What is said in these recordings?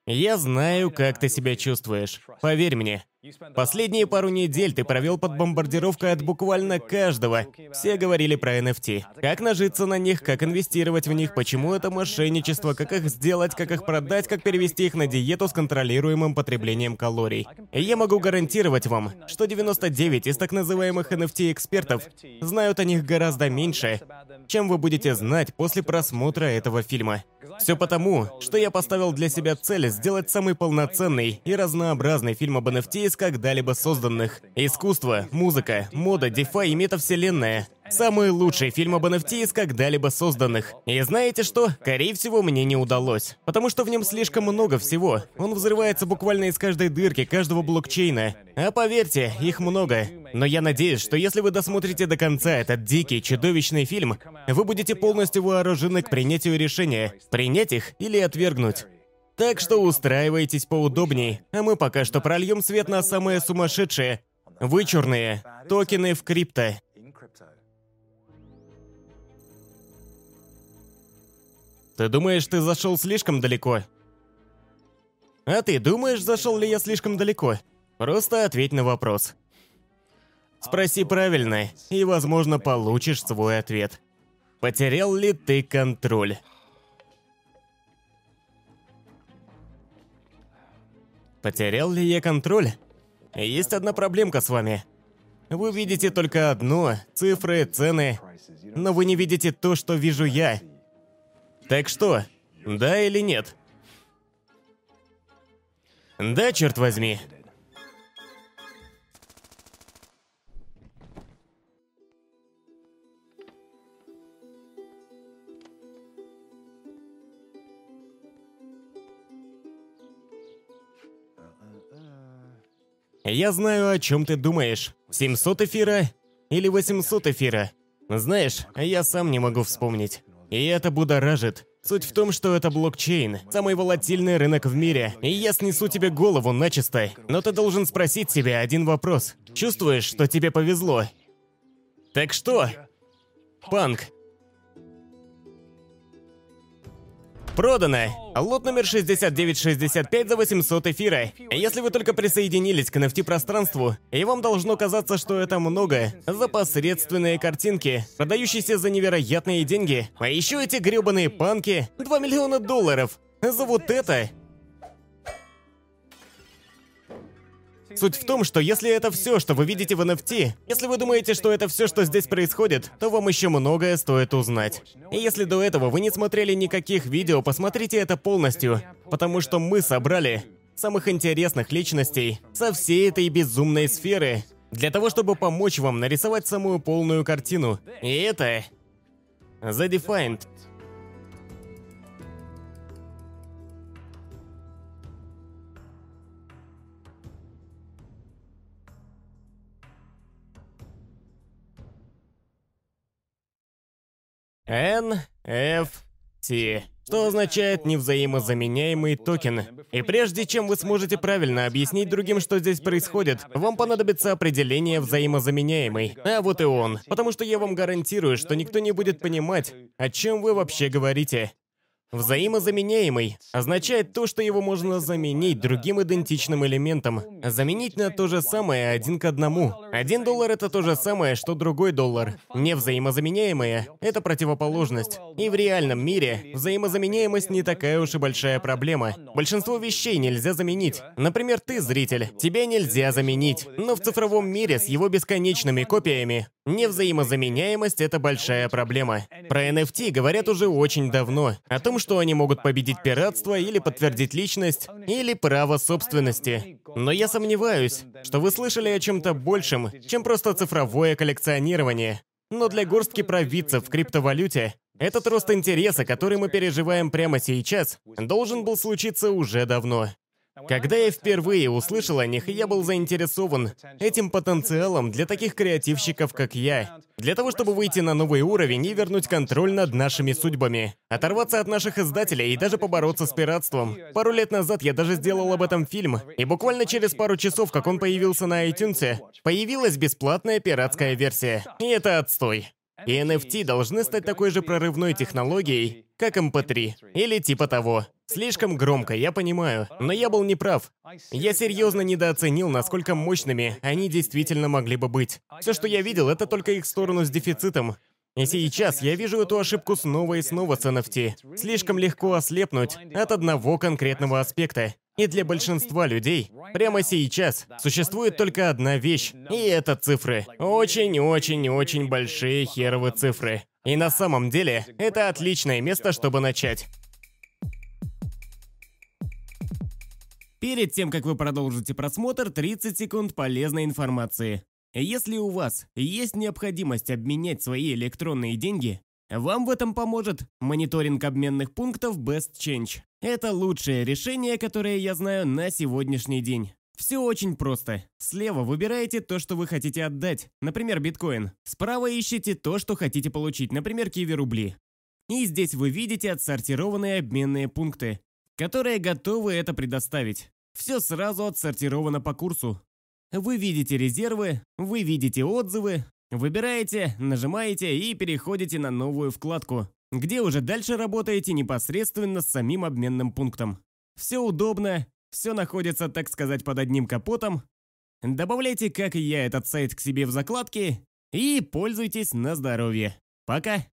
Я знаю, как ты себя чувствуешь. Поверь мне. Последние пару недель ты провел под бомбардировкой от буквально каждого. Все говорили про NFT. Как нажиться на них, как инвестировать в них, почему это мошенничество, как их сделать, как их продать, как перевести их на диету с контролируемым потреблением калорий. И я могу гарантировать вам, что 99 из так называемых NFT-экспертов знают о них гораздо меньше, чем вы будете знать после просмотра этого фильма. Все потому, что я поставил для себя цель сделать самый полноценный и разнообразный фильм об NFT из когда-либо созданных. Искусство, музыка, мода, DeFi и метавселенная. Самый лучший фильм об NFT из когда-либо созданных. И знаете что? Скорее всего, мне не удалось. Потому что в нем слишком много всего. Он взрывается буквально из каждой дырки, каждого блокчейна. А поверьте, их много. Но я надеюсь, что если вы досмотрите до конца этот дикий, чудовищный фильм, вы будете полностью вооружены к принятию решения, принять их или отвергнуть. Так что устраивайтесь поудобней, а мы пока что прольем свет на самые сумасшедшие, вычурные токены в крипто. Ты думаешь, ты зашел слишком далеко? А ты думаешь, зашел ли я слишком далеко? Просто ответь на вопрос. Спроси правильно, и, возможно, получишь свой ответ. Потерял ли ты контроль? Потерял ли я контроль? Есть одна проблемка с вами. Вы видите только одно, цифры, цены, но вы не видите то, что вижу я. Так что, да или нет? Да, черт возьми. Я знаю, о чем ты думаешь. 700 эфира или 800 эфира? Знаешь, я сам не могу вспомнить. И это будоражит. Суть в том, что это блокчейн, самый волатильный рынок в мире, и я снесу тебе голову начисто. Но ты должен спросить себя один вопрос. Чувствуешь, что тебе повезло? Так что? Панк. Продано! Лот номер 6965 за 800 эфира. Если вы только присоединились к NFT-пространству, и вам должно казаться, что это много, за посредственные картинки, продающиеся за невероятные деньги, а еще эти гребаные панки, $2 миллиона за вот это... Суть в том, что если это все, что вы видите в NFT, если вы думаете, что это все, что здесь происходит, то вам еще многое стоит узнать. И если до этого вы не смотрели никаких видео, посмотрите это полностью, потому что мы собрали самых интересных личностей со всей этой безумной сферы, для того, чтобы помочь вам нарисовать самую полную картину. И это... The Defined. NFT, что означает невзаимозаменяемый токен. И прежде чем вы сможете правильно объяснить другим, что здесь происходит, вам понадобится определение взаимозаменяемый. А вот и он. Потому что я вам гарантирую, что никто не будет понимать, о чем вы вообще говорите. Взаимозаменяемый означает то, что его можно заменить другим идентичным элементом. Заменить на то же самое один к одному. $1 это то же самое, что другой доллар. Невзаимозаменяемое — это противоположность. И в реальном мире взаимозаменяемость не такая уж и большая проблема. Большинство вещей нельзя заменить. Например, ты, зритель, тебя нельзя заменить. Но в цифровом мире с его бесконечными копиями невзаимозаменяемость — это большая проблема. Про NFT говорят уже очень давно. О том, что они могут победить пиратство или подтвердить личность, или право собственности. Но я сомневаюсь, что вы слышали о чем-то большем, чем просто цифровое коллекционирование. Но для горстки провидцев в криптовалюте этот рост интереса, который мы переживаем прямо сейчас, должен был случиться уже давно. Когда я впервые услышал о них, я был заинтересован этим потенциалом для таких креативщиков, как я. Для того, чтобы выйти на новый уровень и вернуть контроль над нашими судьбами. Оторваться от наших издателей и даже побороться с пиратством. Пару лет назад я даже сделал об этом фильм. И буквально через пару часов, как он появился на iTunes, появилась бесплатная пиратская версия. И это отстой. И NFT должны стать такой же прорывной технологией, как MP3. Или типа того. Слишком громко, я понимаю, но я был неправ. Я серьезно недооценил, насколько мощными они действительно могли бы быть. Все, что я видел, это только их сторону с дефицитом. И сейчас я вижу эту ошибку снова и снова с NFT. Слишком легко ослепнуть от одного конкретного аспекта. И для большинства людей прямо сейчас существует только одна вещь, и это цифры. Очень-очень-очень большие херовые цифры. И на самом деле, это отличное место, чтобы начать. Перед тем, как вы продолжите просмотр, 30 секунд полезной информации. Если у вас есть необходимость обменять свои электронные деньги, вам в этом поможет мониторинг обменных пунктов Best Change. Это лучшее решение, которое я знаю на сегодняшний день. Все очень просто. Слева выбираете то, что вы хотите отдать, например, биткоин. Справа ищите то, что хотите получить, например, киви-рубли. И здесь вы видите отсортированные обменные пункты, которые готовы это предоставить. Все сразу отсортировано по курсу. Вы видите резервы, вы видите отзывы, выбираете, нажимаете и переходите на новую вкладку, где уже дальше работаете непосредственно с самим обменным пунктом. Все удобно, все находится, так сказать, под одним капотом. Добавляйте, как и я, этот сайт к себе в закладки и пользуйтесь на здоровье. Пока!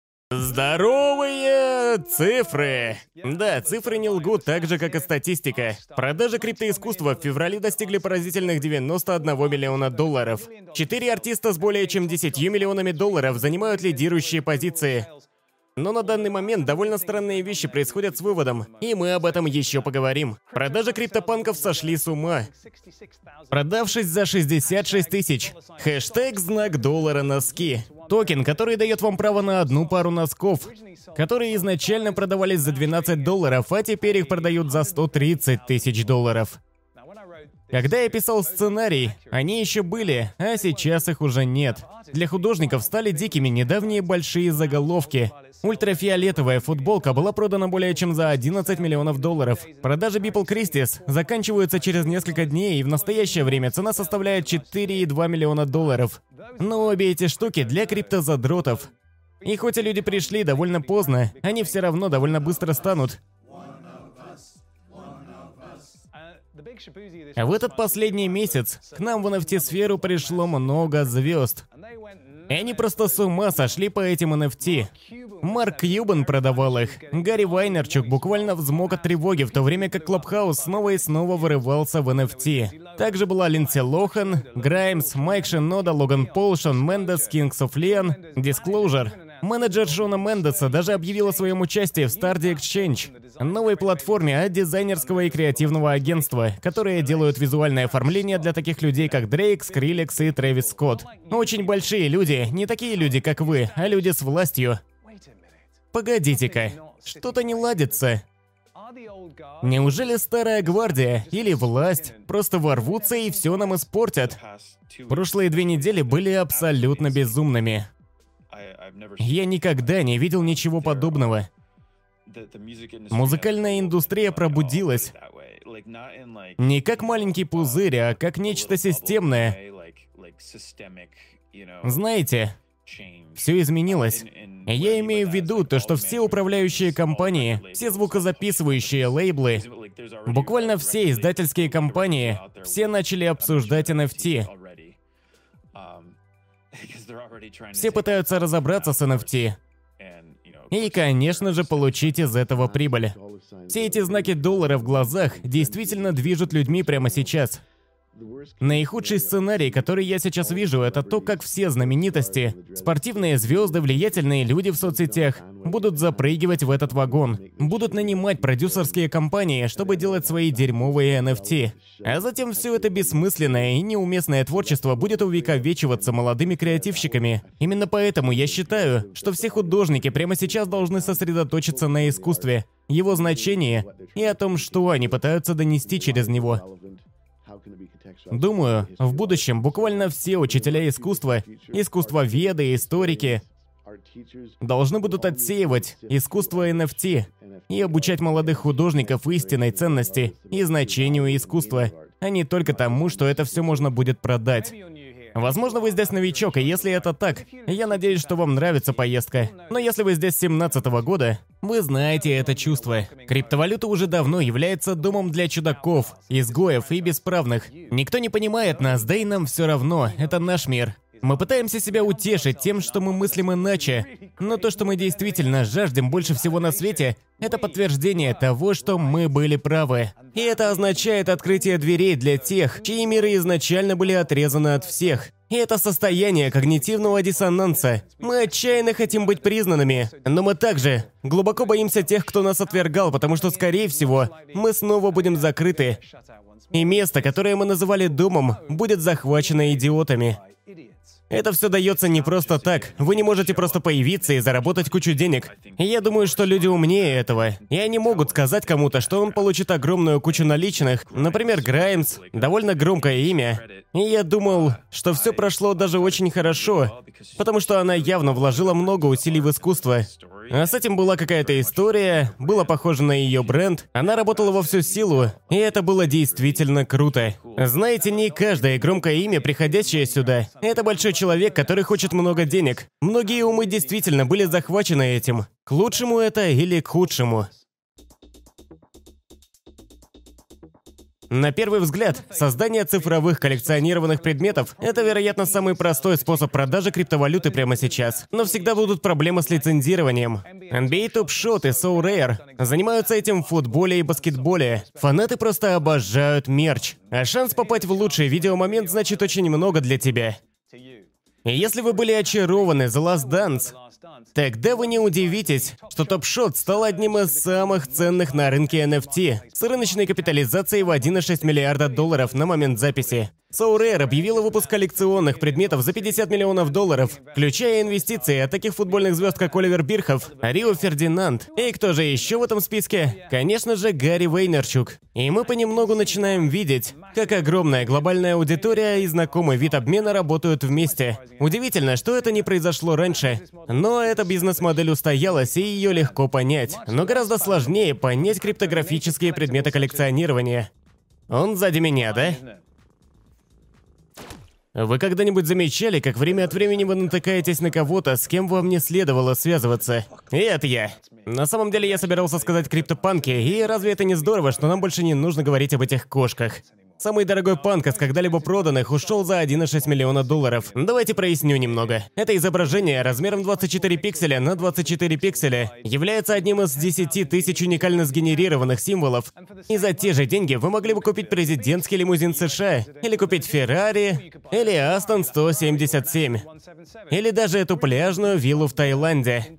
Здоровые цифры! Да, цифры не лгут так же, как и статистика. Продажи криптоискусства в феврале достигли поразительных 91 миллиона долларов. 4 артиста с более чем 10 миллионами долларов занимают лидирующие позиции. Но на данный момент довольно странные вещи происходят с выводом, и мы об этом еще поговорим. Продажи криптопанков сошли с ума, продавшись за 66 тысяч. Хэштег знак доллара носки. Токен, который дает вам право на одну пару носков, которые изначально продавались за 12 долларов, а теперь их продают за 130 тысяч долларов. Когда я писал сценарий, они еще были, а сейчас их уже нет. Для художников стали дикими недавние большие заголовки. Ультрафиолетовая футболка была продана более чем за 11 миллионов долларов. Продажи Beeple Christie's заканчиваются через несколько дней, и в настоящее время цена составляет 4,2 миллиона долларов. Но обе эти штуки для криптозадротов. И хоть и люди пришли довольно поздно, они все равно довольно быстро станут. А в этот последний месяц к нам в NFT-сферу пришло много звезд. И они просто с ума сошли по этим NFT. Марк Кьюбан продавал их. Гарри Вайнерчук буквально взмок от тревоги, в то время как Клабхаус снова и снова вырывался в NFT. Также была Линдси Лохан, Граймс, Майк Шинода, Логан Пол, Шон Мендес, Kings of Leon, Disclosure. Менеджер Шона Мендеса даже объявил о своем участии в Stardy Exchange, новой платформе от дизайнерского и креативного агентства, которые делают визуальное оформление для таких людей, как Дрейк, Скриллекс и Трэвис Скотт. Очень большие люди, не такие люди, как вы, а люди с властью. Погодите-ка, что-то не ладится. Неужели старая гвардия или власть просто ворвутся и все нам испортят? Прошлые 2 недели были абсолютно безумными. Я никогда не видел ничего подобного. Музыкальная индустрия пробудилась. Не как маленький пузырь, а как нечто системное. Знаете, все изменилось. Я имею в виду то, что все управляющие компании, все звукозаписывающие лейблы, буквально все издательские компании, все начали обсуждать NFT. Все пытаются разобраться с NFT. И, конечно же, получить из этого прибыль. Все эти знаки доллара в глазах действительно движут людьми прямо сейчас. Наихудший сценарий, который я сейчас вижу, это то, как все знаменитости, спортивные звезды, влиятельные люди в соцсетях будут запрыгивать в этот вагон, будут нанимать продюсерские компании, чтобы делать свои дерьмовые NFT. А затем все это бессмысленное и неуместное творчество будет увековечиваться молодыми креативщиками. Именно поэтому я считаю, что все художники прямо сейчас должны сосредоточиться на искусстве, его значении и о том, что они пытаются донести через него. Думаю, в будущем буквально все учителя искусства, искусствоведы, историки должны будут отсеивать искусство NFT и обучать молодых художников истинной ценности и значению искусства, а не только тому, что это все можно будет продать. Возможно, вы здесь новичок, и если это так, я надеюсь, что вам нравится поездка. Но если вы здесь с 17-го года, вы знаете это чувство. Криптовалюта уже давно является домом для чудаков, изгоев и бесправных. Никто не понимает нас, да и нам все равно, это наш мир. Мы пытаемся себя утешить тем, что мы мыслим иначе, но то, что мы действительно жаждем больше всего на свете, это подтверждение того, что мы были правы. И это означает открытие дверей для тех, чьи миры изначально были отрезаны от всех. И это состояние когнитивного диссонанса. Мы отчаянно хотим быть признанными, но мы также глубоко боимся тех, кто нас отвергал, потому что, скорее всего, мы снова будем закрыты. И место, которое мы называли домом, будет захвачено идиотами. Это все дается не просто так. Вы не можете просто появиться и заработать кучу денег. И я думаю, что люди умнее этого. И они могут сказать кому-то, что он получит огромную кучу наличных. Например, Граймс. Довольно громкое имя. И я думал, что все прошло даже очень хорошо. Потому что она явно вложила много усилий в искусство. А с этим была какая-то история, было похоже на ее бренд. Она работала во всю силу, и это было действительно круто. Знаете, не каждое громкое имя, приходящее сюда, это большой человек, который хочет много денег. Многие умы действительно были захвачены этим. К лучшему это или к худшему? На первый взгляд, создание цифровых коллекционированных предметов – это, вероятно, самый простой способ продажи криптовалюты прямо сейчас. Но всегда будут проблемы с лицензированием. NBA Top Shot и SoRare занимаются этим в футболе и баскетболе. Фанаты просто обожают мерч. А шанс попасть в лучший видеомомент значит очень много для тебя. И если вы были очарованы The Last Dance, тогда вы не удивитесь, что Top Shot стал одним из самых ценных на рынке NFT с рыночной капитализацией в 1,6 миллиарда долларов на момент записи. SoRare объявила выпуск коллекционных предметов за 50 миллионов долларов, включая инвестиции от таких футбольных звезд, как Оливер Бирхов, Рио Фердинанд. И кто же еще в этом списке? Конечно же, Гарри Вейнерчук. И мы понемногу начинаем видеть, как огромная глобальная аудитория и знакомый вид обмена работают вместе. Удивительно, что это не произошло раньше. Но эта бизнес-модель устоялась, и ее легко понять. Но гораздо сложнее понять криптографические предметы коллекционирования. Он сзади меня, да? Вы когда-нибудь замечали, как время от времени вы натыкаетесь на кого-то, с кем вам не следовало связываться? И это я. На самом деле я собирался сказать криптопанки, и разве это не здорово, что нам больше не нужно говорить об этих кошках? Самый дорогой панк из когда-либо проданных ушел за 1,6 миллиона долларов. Давайте проясню немного. Это изображение размером 24 пикселя на 24 пикселя является одним из 10 тысяч уникально сгенерированных символов. И за те же деньги вы могли бы купить президентский лимузин США, или купить Феррари, или Астон 177, или даже эту пляжную виллу в Таиланде.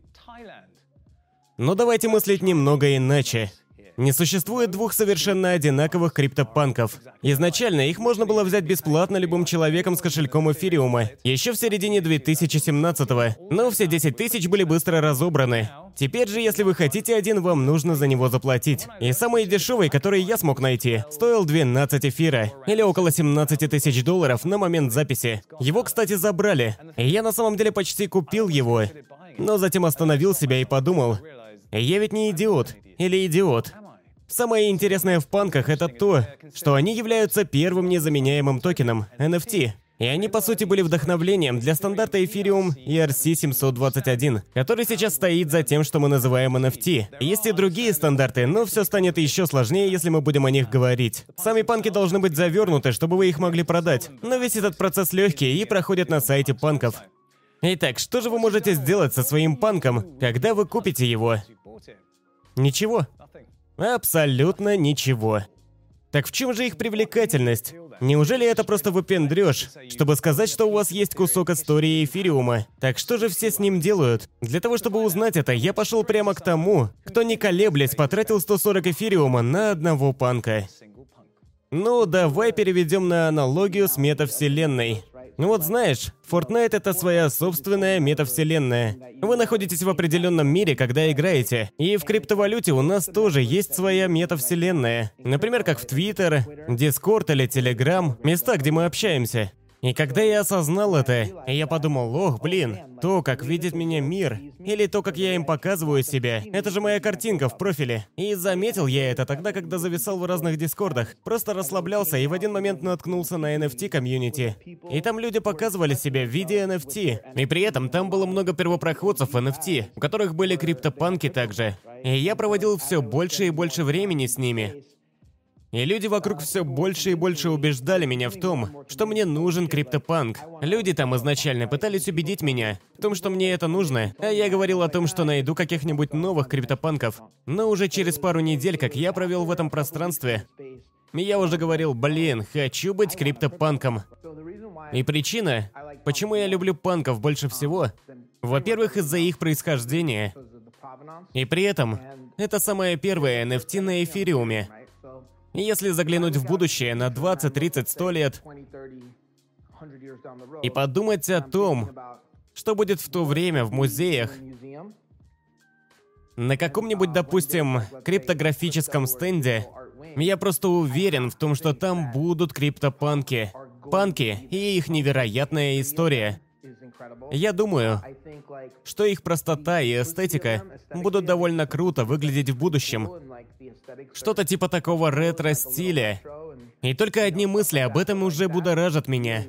Но давайте мыслить немного иначе. Не существует двух совершенно одинаковых криптопанков. Изначально их можно было взять бесплатно любым человеком с кошельком эфириума, еще в середине 2017-го, но все 10 тысяч были быстро разобраны. Теперь же, если вы хотите один, вам нужно за него заплатить. И самый дешевый, который я смог найти, стоил 12 эфира, или около 17 тысяч долларов на момент записи. Его, кстати, забрали. И я на самом деле почти купил его, но затем остановил себя и подумал, я ведь не идиот, или идиот. Самое интересное в панках это то, что они являются первым незаменяемым токеном NFT. И они, по сути, были вдохновлением для стандарта Ethereum ERC-721, который сейчас стоит за тем, что мы называем NFT. Есть и другие стандарты, но все станет еще сложнее, если мы будем о них говорить. Сами панки должны быть завернуты, чтобы вы их могли продать. Но весь этот процесс легкий и проходит на сайте панков. Итак, что же вы можете сделать со своим панком, когда вы купите его? Ничего. Абсолютно ничего. Так в чем же их привлекательность? Неужели это просто выпендрёж, чтобы сказать, что у вас есть кусок истории эфириума? Так что же все с ним делают? Для того, чтобы узнать это, я пошел прямо к тому, кто не колеблясь потратил 140 эфириума на одного панка. Ну, давай переведем на аналогию с метавселенной. Ну вот знаешь, Fortnite — это своя собственная метавселенная. Вы находитесь в определенном мире, когда играете. И в криптовалюте у нас тоже есть своя метавселенная. Например, как в Twitter, Discord или Telegram, места, где мы общаемся. И когда я осознал это, я подумал, ох, блин, то, как видит меня мир, или то, как я им показываю себя, это же моя картинка в профиле. И заметил я это тогда, когда зависал в разных дискордах. Просто расслаблялся и в один момент наткнулся на NFT-комьюнити. И там люди показывали себя в виде NFT. И при этом там было много первопроходцев NFT, у которых были криптопанки также. И я проводил все больше и больше времени с ними. И люди вокруг все больше и больше убеждали меня в том, что мне нужен криптопанк. Люди там изначально пытались убедить меня в том, что мне это нужно, а я говорил о том, что найду каких-нибудь новых криптопанков. Но уже через пару недель, как я провел в этом пространстве, я уже говорил, блин, хочу быть криптопанком. И причина, почему я люблю панков больше всего, во-первых, из-за их происхождения. И при этом, это самая первая NFT на эфириуме. Если заглянуть в будущее на 20, 30, 100 лет и подумать о том, что будет в то время в музеях, на каком-нибудь, допустим, криптографическом стенде, я просто уверен в том, что там будут криптопанки. Панки и их невероятная история. Я думаю, что их простота и эстетика будут довольно круто выглядеть в будущем. Что-то типа такого ретро-стиля. И только одни мысли об этом уже будоражат меня.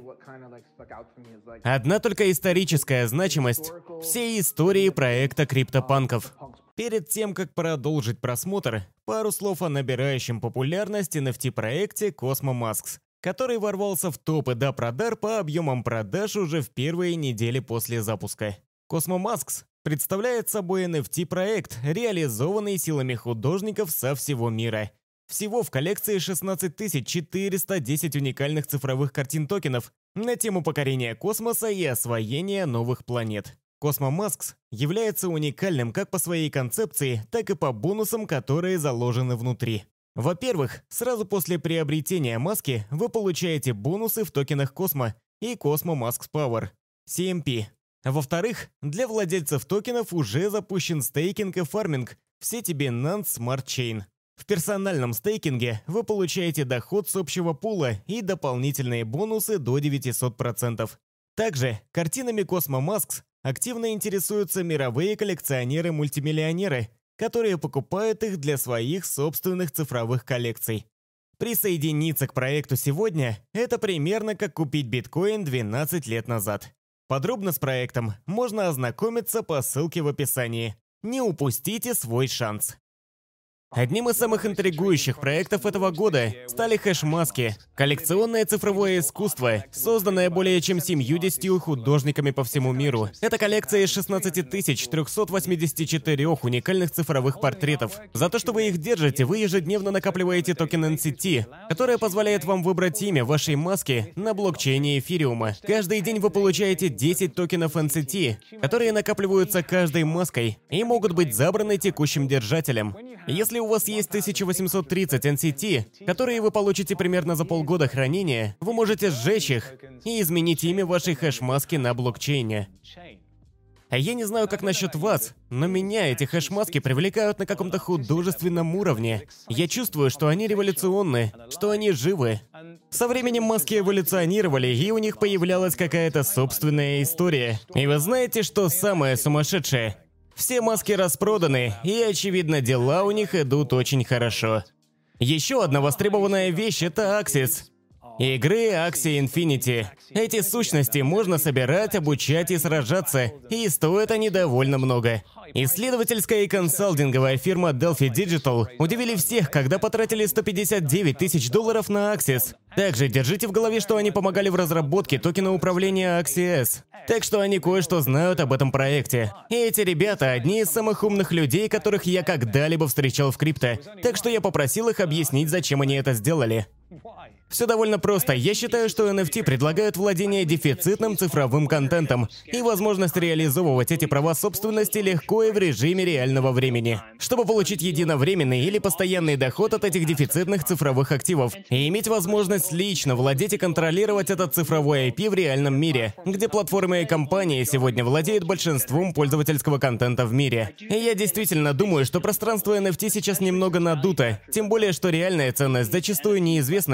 Одна только историческая значимость всей истории проекта криптопанков. Перед тем, как продолжить просмотр, пару слов о набирающем популярность NFT-проекте Cosmo Masks, который ворвался в топы до продар по объемам продаж уже в первые недели после запуска. Cosmo Masks представляет собой NFT-проект, реализованный силами художников со всего мира. Всего в коллекции 16 410 уникальных цифровых картин-токенов на тему покорения космоса и освоения новых планет. Cosmo Masks является уникальным как по своей концепции, так и по бонусам, которые заложены внутри. Во-первых, сразу после приобретения маски вы получаете бонусы в токенах Cosmo и Cosmo Masks Power, CMP. Во-вторых, для владельцев токенов уже запущен стейкинг и фарминг в сети Binance Smart Chain. В персональном стейкинге вы получаете доход с общего пула и дополнительные бонусы до 900%. Также картинами Cosmo Masks активно интересуются мировые коллекционеры-мультимиллионеры, которые покупают их для своих собственных цифровых коллекций. Присоединиться к проекту сегодня – это примерно как купить биткоин 12 лет назад. Подробно с проектом можно ознакомиться по ссылке в описании. Не упустите свой шанс. Одним из самых интригующих проектов этого года стали хэш-маски – коллекционное цифровое искусство, созданное более чем 70 художниками по всему миру. Это коллекция из 16 384 уникальных цифровых портретов. За то, что вы их держите, вы ежедневно накапливаете токен NCT, которое позволяет вам выбрать имя вашей маски на блокчейне эфириума. Каждый день вы получаете 10 токенов NCT, которые накапливаются каждой маской и могут быть забраны текущим держателем. Если у вас есть 1830 NCT, которые вы получите примерно за полгода хранения, вы можете сжечь их и изменить имя вашей хэш-маски на блокчейне. А я не знаю, как насчет вас, но меня эти хэш-маски привлекают на каком-то художественном уровне. Я чувствую, что они революционны, что они живы. Со временем маски эволюционировали, и у них появлялась какая-то собственная история. И вы знаете, что самое сумасшедшее? Все маски распроданы, и, очевидно, дела у них идут очень хорошо. Еще одна востребованная вещь – это Axis. Игры Axie Infinity. Эти сущности можно собирать, обучать и сражаться, и стоят они довольно много. Исследовательская и консалтинговая фирма Delphi Digital удивили всех, когда потратили $159 тысяч на Axis. Также держите в голове, что они помогали в разработке токена управления Axies. Так что они кое-что знают об этом проекте. И эти ребята одни из самых умных людей, которых я когда-либо встречал в крипто. Так что я попросил их объяснить, зачем они это сделали. Все довольно просто. Я считаю, что NFT предлагают владение дефицитным цифровым контентом и возможность реализовывать эти права собственности легко и в режиме реального времени, чтобы получить единовременный или постоянный доход от этих дефицитных цифровых активов и иметь возможность лично владеть и контролировать этот цифровой IP в реальном мире, где платформы и компании сегодня владеют большинством пользовательского контента в мире. И я действительно думаю, что пространство NFT сейчас немного надуто, тем более, что реальная ценность зачастую неизвестна, и люди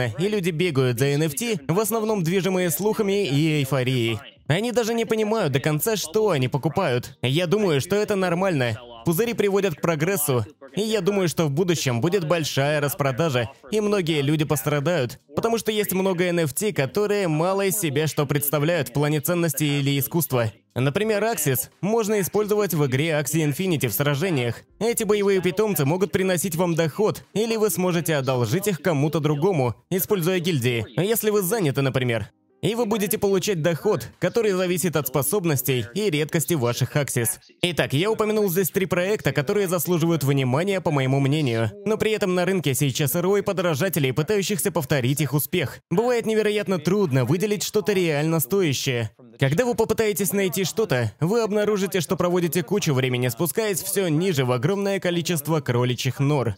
люди бегают за NFT, в основном движимые слухами и эйфорией. Они даже не понимают до конца, что они покупают. Я думаю, что это нормально. Пузыри приводят к прогрессу. И я думаю, что в будущем будет большая распродажа, и многие люди пострадают. Потому что есть много NFT, которые мало из себя что представляют в плане ценности или искусства. Например, Axis можно использовать в игре Axie Infinity в сражениях. Эти боевые питомцы могут приносить вам доход, или вы сможете одолжить их кому-то другому, используя гильдии. Если вы заняты, например. И вы будете получать доход, который зависит от способностей и редкости ваших Axis. Итак, я упомянул здесь 3 проекта, которые заслуживают внимания, по моему мнению. Но при этом на рынке сейчас рой подражателей, пытающихся повторить их успех. Бывает невероятно трудно выделить что-то реально стоящее. Когда вы попытаетесь найти что-то, вы обнаружите, что проводите кучу времени, спускаясь все ниже в огромное количество кроличьих нор.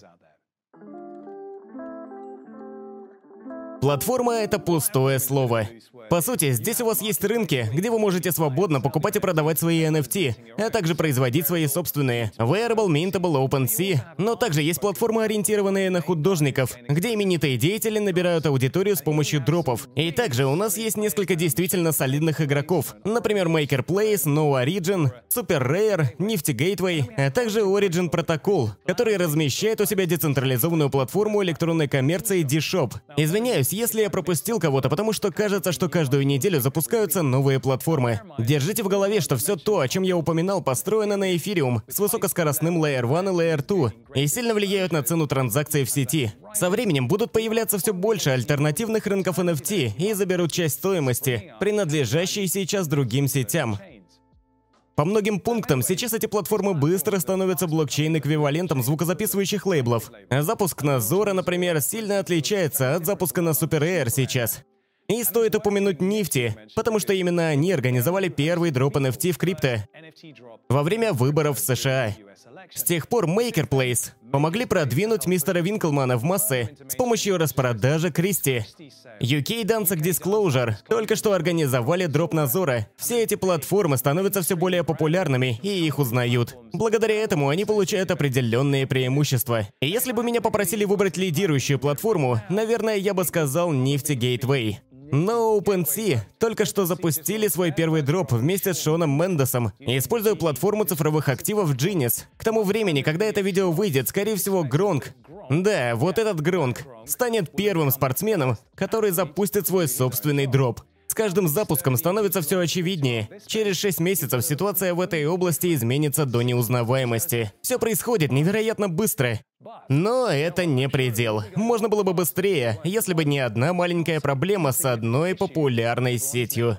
Платформа – это пустое слово. По сути, здесь у вас есть рынки, где вы можете свободно покупать и продавать свои NFT, а также производить свои собственные. Wearable, Mintable, OpenSea. Но также есть платформы, ориентированные на художников, где именитые деятели набирают аудиторию с помощью дропов. И также у нас есть несколько действительно солидных игроков. Например, Maker Place, No Origin, Super Rare, Nifty Gateway, а также Origin Protocol, который размещает у себя децентрализованную платформу электронной коммерции D-Shop. Извиняюсь, если я пропустил кого-то, потому что кажется, что каждую неделю запускаются новые платформы. Держите в голове, что все то, о чем я упоминал, построено на Ethereum с высокоскоростным Layer 1 и Layer 2 и сильно влияют на цену транзакций в сети. Со временем будут появляться все больше альтернативных рынков NFT и заберут часть стоимости, принадлежащей сейчас другим сетям. По многим пунктам сейчас эти платформы быстро становятся блокчейн-эквивалентом звукозаписывающих лейблов. Запуск на Zora, например, сильно отличается от запуска на Super Rare сейчас. И стоит упомянуть Nifty, потому что именно они организовали первый дроп NFT в крипто во время выборов в США. С тех пор Maker Place помогли продвинуть мистера Винклмана в массы с помощью распродажи Кристи. UK Dance Disclosure только что организовали дроп на Zora. Все эти платформы становятся все более популярными, и их узнают. Благодаря этому они получают определенные преимущества. И если бы меня попросили выбрать лидирующую платформу, наверное, я бы сказал Nifty Gateway. Но OpenSea только что запустили свой первый дроп вместе с Шоном Мендесом, используя платформу цифровых активов Genius. К тому времени, когда это видео выйдет, скорее всего, Гронк, да, вот этот Гронк, станет первым спортсменом, который запустит свой собственный дроп. С каждым запуском становится все очевиднее. Через 6 месяцев ситуация в этой области изменится до неузнаваемости. Все происходит невероятно быстро. Но это не предел. Можно было бы быстрее, если бы не одна маленькая проблема с одной популярной сетью.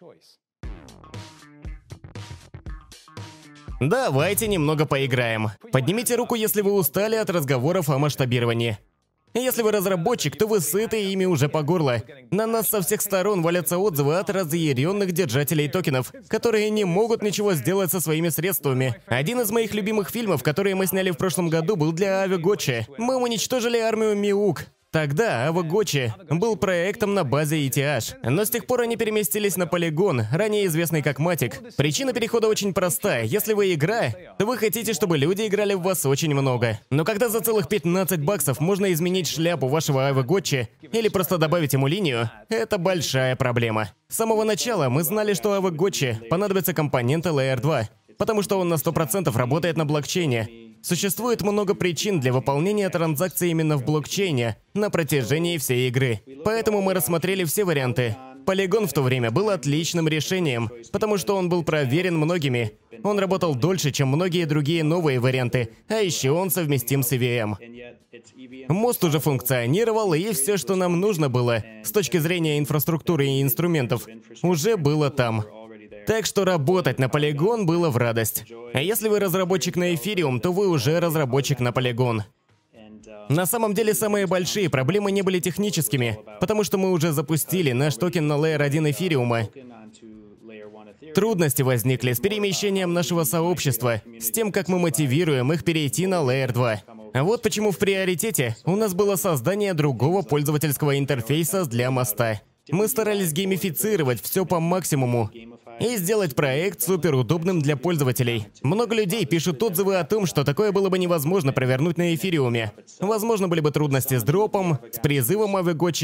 Давайте немного поиграем. Поднимите руку, если вы устали от разговоров о масштабировании. Если вы разработчик, то вы сыты ими уже по горло. На нас со всех сторон валятся отзывы от разъяренных держателей токенов, которые не могут ничего сделать со своими средствами. Один из моих любимых фильмов, которые мы сняли в прошлом году, был для Ави Гочи. Мы уничтожили армию Миук. Тогда Ава Гочи был проектом на базе ETH, но с тех пор они переместились на Polygon, ранее известный как Matic. Причина перехода очень простая. Если вы игра, то вы хотите, чтобы люди играли в вас очень много. Но когда за целых 15 баксов можно изменить шляпу вашего Ава Гочи или просто добавить ему линию, это большая проблема. С самого начала мы знали, что Ава Гочи понадобятся компоненты Layer 2, потому что он на 100% работает на блокчейне. Существует много причин для выполнения транзакций именно в блокчейне на протяжении всей игры. Поэтому мы рассмотрели все варианты. Polygon в то время был отличным решением, потому что он был проверен многими. Он работал дольше, чем многие другие новые варианты, а еще он совместим с EVM. Мост уже функционировал, и все, что нам нужно было, с точки зрения инфраструктуры и инструментов, уже было там. Так что работать на Polygon было в радость. А если вы разработчик на Ethereum, то вы уже разработчик на Polygon. На самом деле, самые большие проблемы не были техническими, потому что мы уже запустили наш токен на Layer 1 Эфириума. Трудности возникли с перемещением нашего сообщества, с тем, как мы мотивируем их перейти на Layer 2. А вот почему в приоритете у нас было создание другого пользовательского интерфейса для моста. Мы старались геймифицировать все по максимуму и сделать проект суперудобным для пользователей. Много людей пишут отзывы о том, что такое было бы невозможно провернуть на Эфириуме. Возможно, были бы трудности с дропом, с призывом Ави Гочи.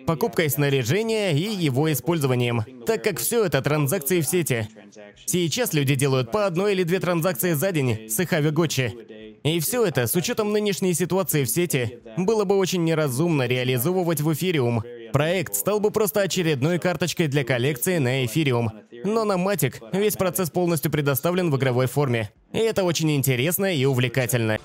покупкой снаряжения и его использованием, так как все это транзакции в сети. Сейчас люди делают по 1 или 2 транзакции за день с их авиготчи. И все это, с учетом нынешней ситуации в сети, было бы очень неразумно реализовывать в эфириум. Проект стал бы просто очередной карточкой для коллекции на эфириум. Но на Matic весь процесс полностью предоставлен в игровой форме. И это очень интересно и увлекательно.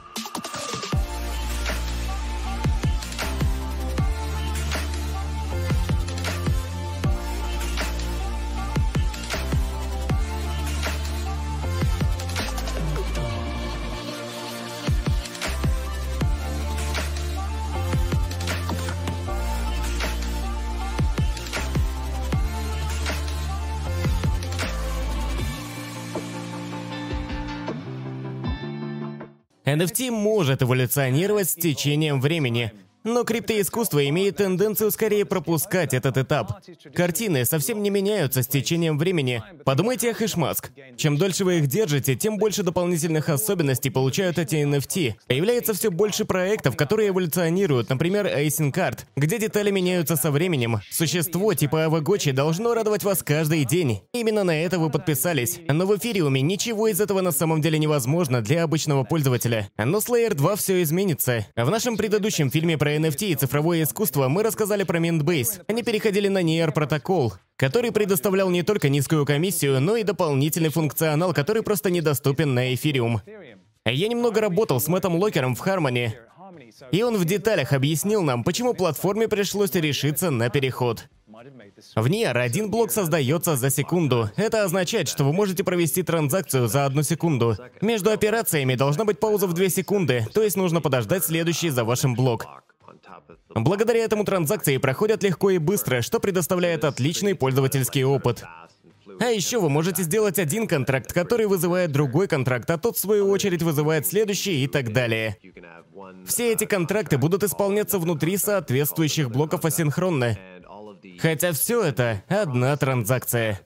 NFT может эволюционировать с течением времени, но криптоискусство имеет тенденцию скорее пропускать этот этап. Картины совсем не меняются с течением времени. Подумайте о хэшмаск. Чем дольше вы их держите, тем больше дополнительных особенностей получают эти NFT. Появляется все больше проектов, которые эволюционируют, например, Icing Art, где детали меняются со временем. Существо типа Авагочи должно радовать вас каждый день. Именно на это вы подписались. Но в эфириуме ничего из этого на самом деле невозможно для обычного пользователя. Но с Layer 2 все изменится. В нашем предыдущем фильме про NFT и цифровое искусство мы рассказали про Mintbase. Они переходили на Near протокол, который предоставлял не только низкую комиссию, но и дополнительный функционал, который просто недоступен на эфириум. Я немного работал с Мэттом Локером в Harmony, и он в деталях объяснил нам, почему платформе пришлось решиться на переход. В Near один блок создается за секунду. Это означает, что вы можете провести транзакцию за 1 секунду. Между операциями должна быть пауза в 2 секунды, то есть нужно подождать следующий за вашим блок. Благодаря этому транзакции проходят легко и быстро, что предоставляет отличный пользовательский опыт. А еще вы можете сделать один контракт, который вызывает другой контракт, а тот в свою очередь вызывает следующий и так далее. Все эти контракты будут исполняться внутри соответствующих блоков асинхронно. Хотя все это одна транзакция.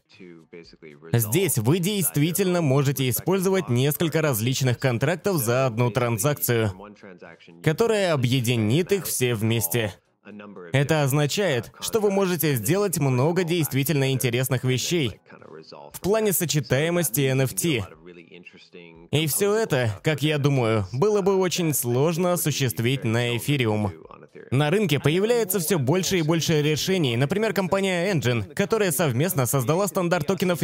Здесь вы действительно можете использовать несколько различных контрактов за одну транзакцию, которая объединит их все вместе. Это означает, что вы можете сделать много действительно интересных вещей в плане сочетаемости NFT. И все это, как я думаю, было бы очень сложно осуществить на эфириум. На рынке появляется все больше и больше решений, например, компания Engine, которая совместно создала стандарт токенов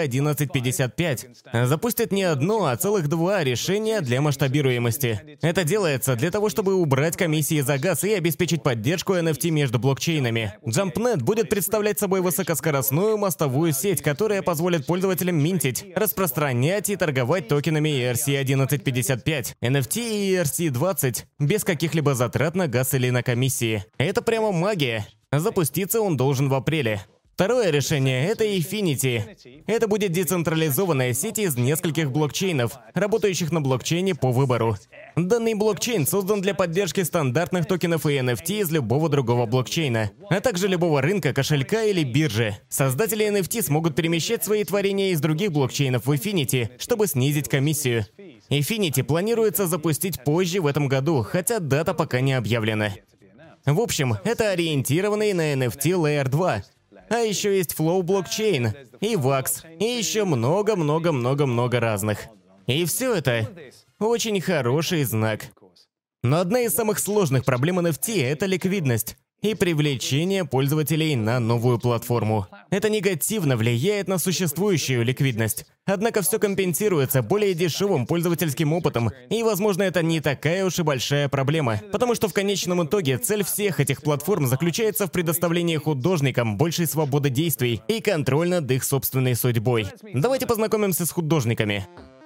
ERC-1155. Запустит не одно, а целых 2 решения для масштабируемости. Это делается для того, чтобы убрать комиссии за газ и обеспечить поддержку NFT между блокчейнами. JumpNet будет представлять собой высокоскоростную мостовую сеть, которая позволит пользователям минтить, распространять и торговать токенами ERC-1155, NFT и ERC-20 без каких-либо затрат на газ или на комиссии. Это прямо магия. Запуститься он должен в апреле. Второе решение — это Efinity. Это будет децентрализованная сеть из нескольких блокчейнов, работающих на блокчейне по выбору. Данный блокчейн создан для поддержки стандартных токенов и NFT из любого другого блокчейна, а также любого рынка, кошелька или биржи. Создатели NFT смогут перемещать свои творения из других блокчейнов в Efinity, чтобы снизить комиссию. Efinity планируется запустить позже в этом году, хотя дата пока не объявлена. В общем, это ориентированный на NFT Layer 2. А еще есть Flow блокчейн, и VAX, и еще много-много-много-много разных. И все это очень хороший знак. Но одна из самых сложных проблем NFT — это ликвидность и привлечение пользователей на новую платформу. Это негативно влияет на существующую ликвидность. Однако все компенсируется более дешевым пользовательским опытом, и, возможно, это не такая уж и большая проблема, потому что в конечном итоге цель всех этих платформ заключается в предоставлении художникам большей свободы действий и контроль над их собственной судьбой. Давайте познакомимся с художниками.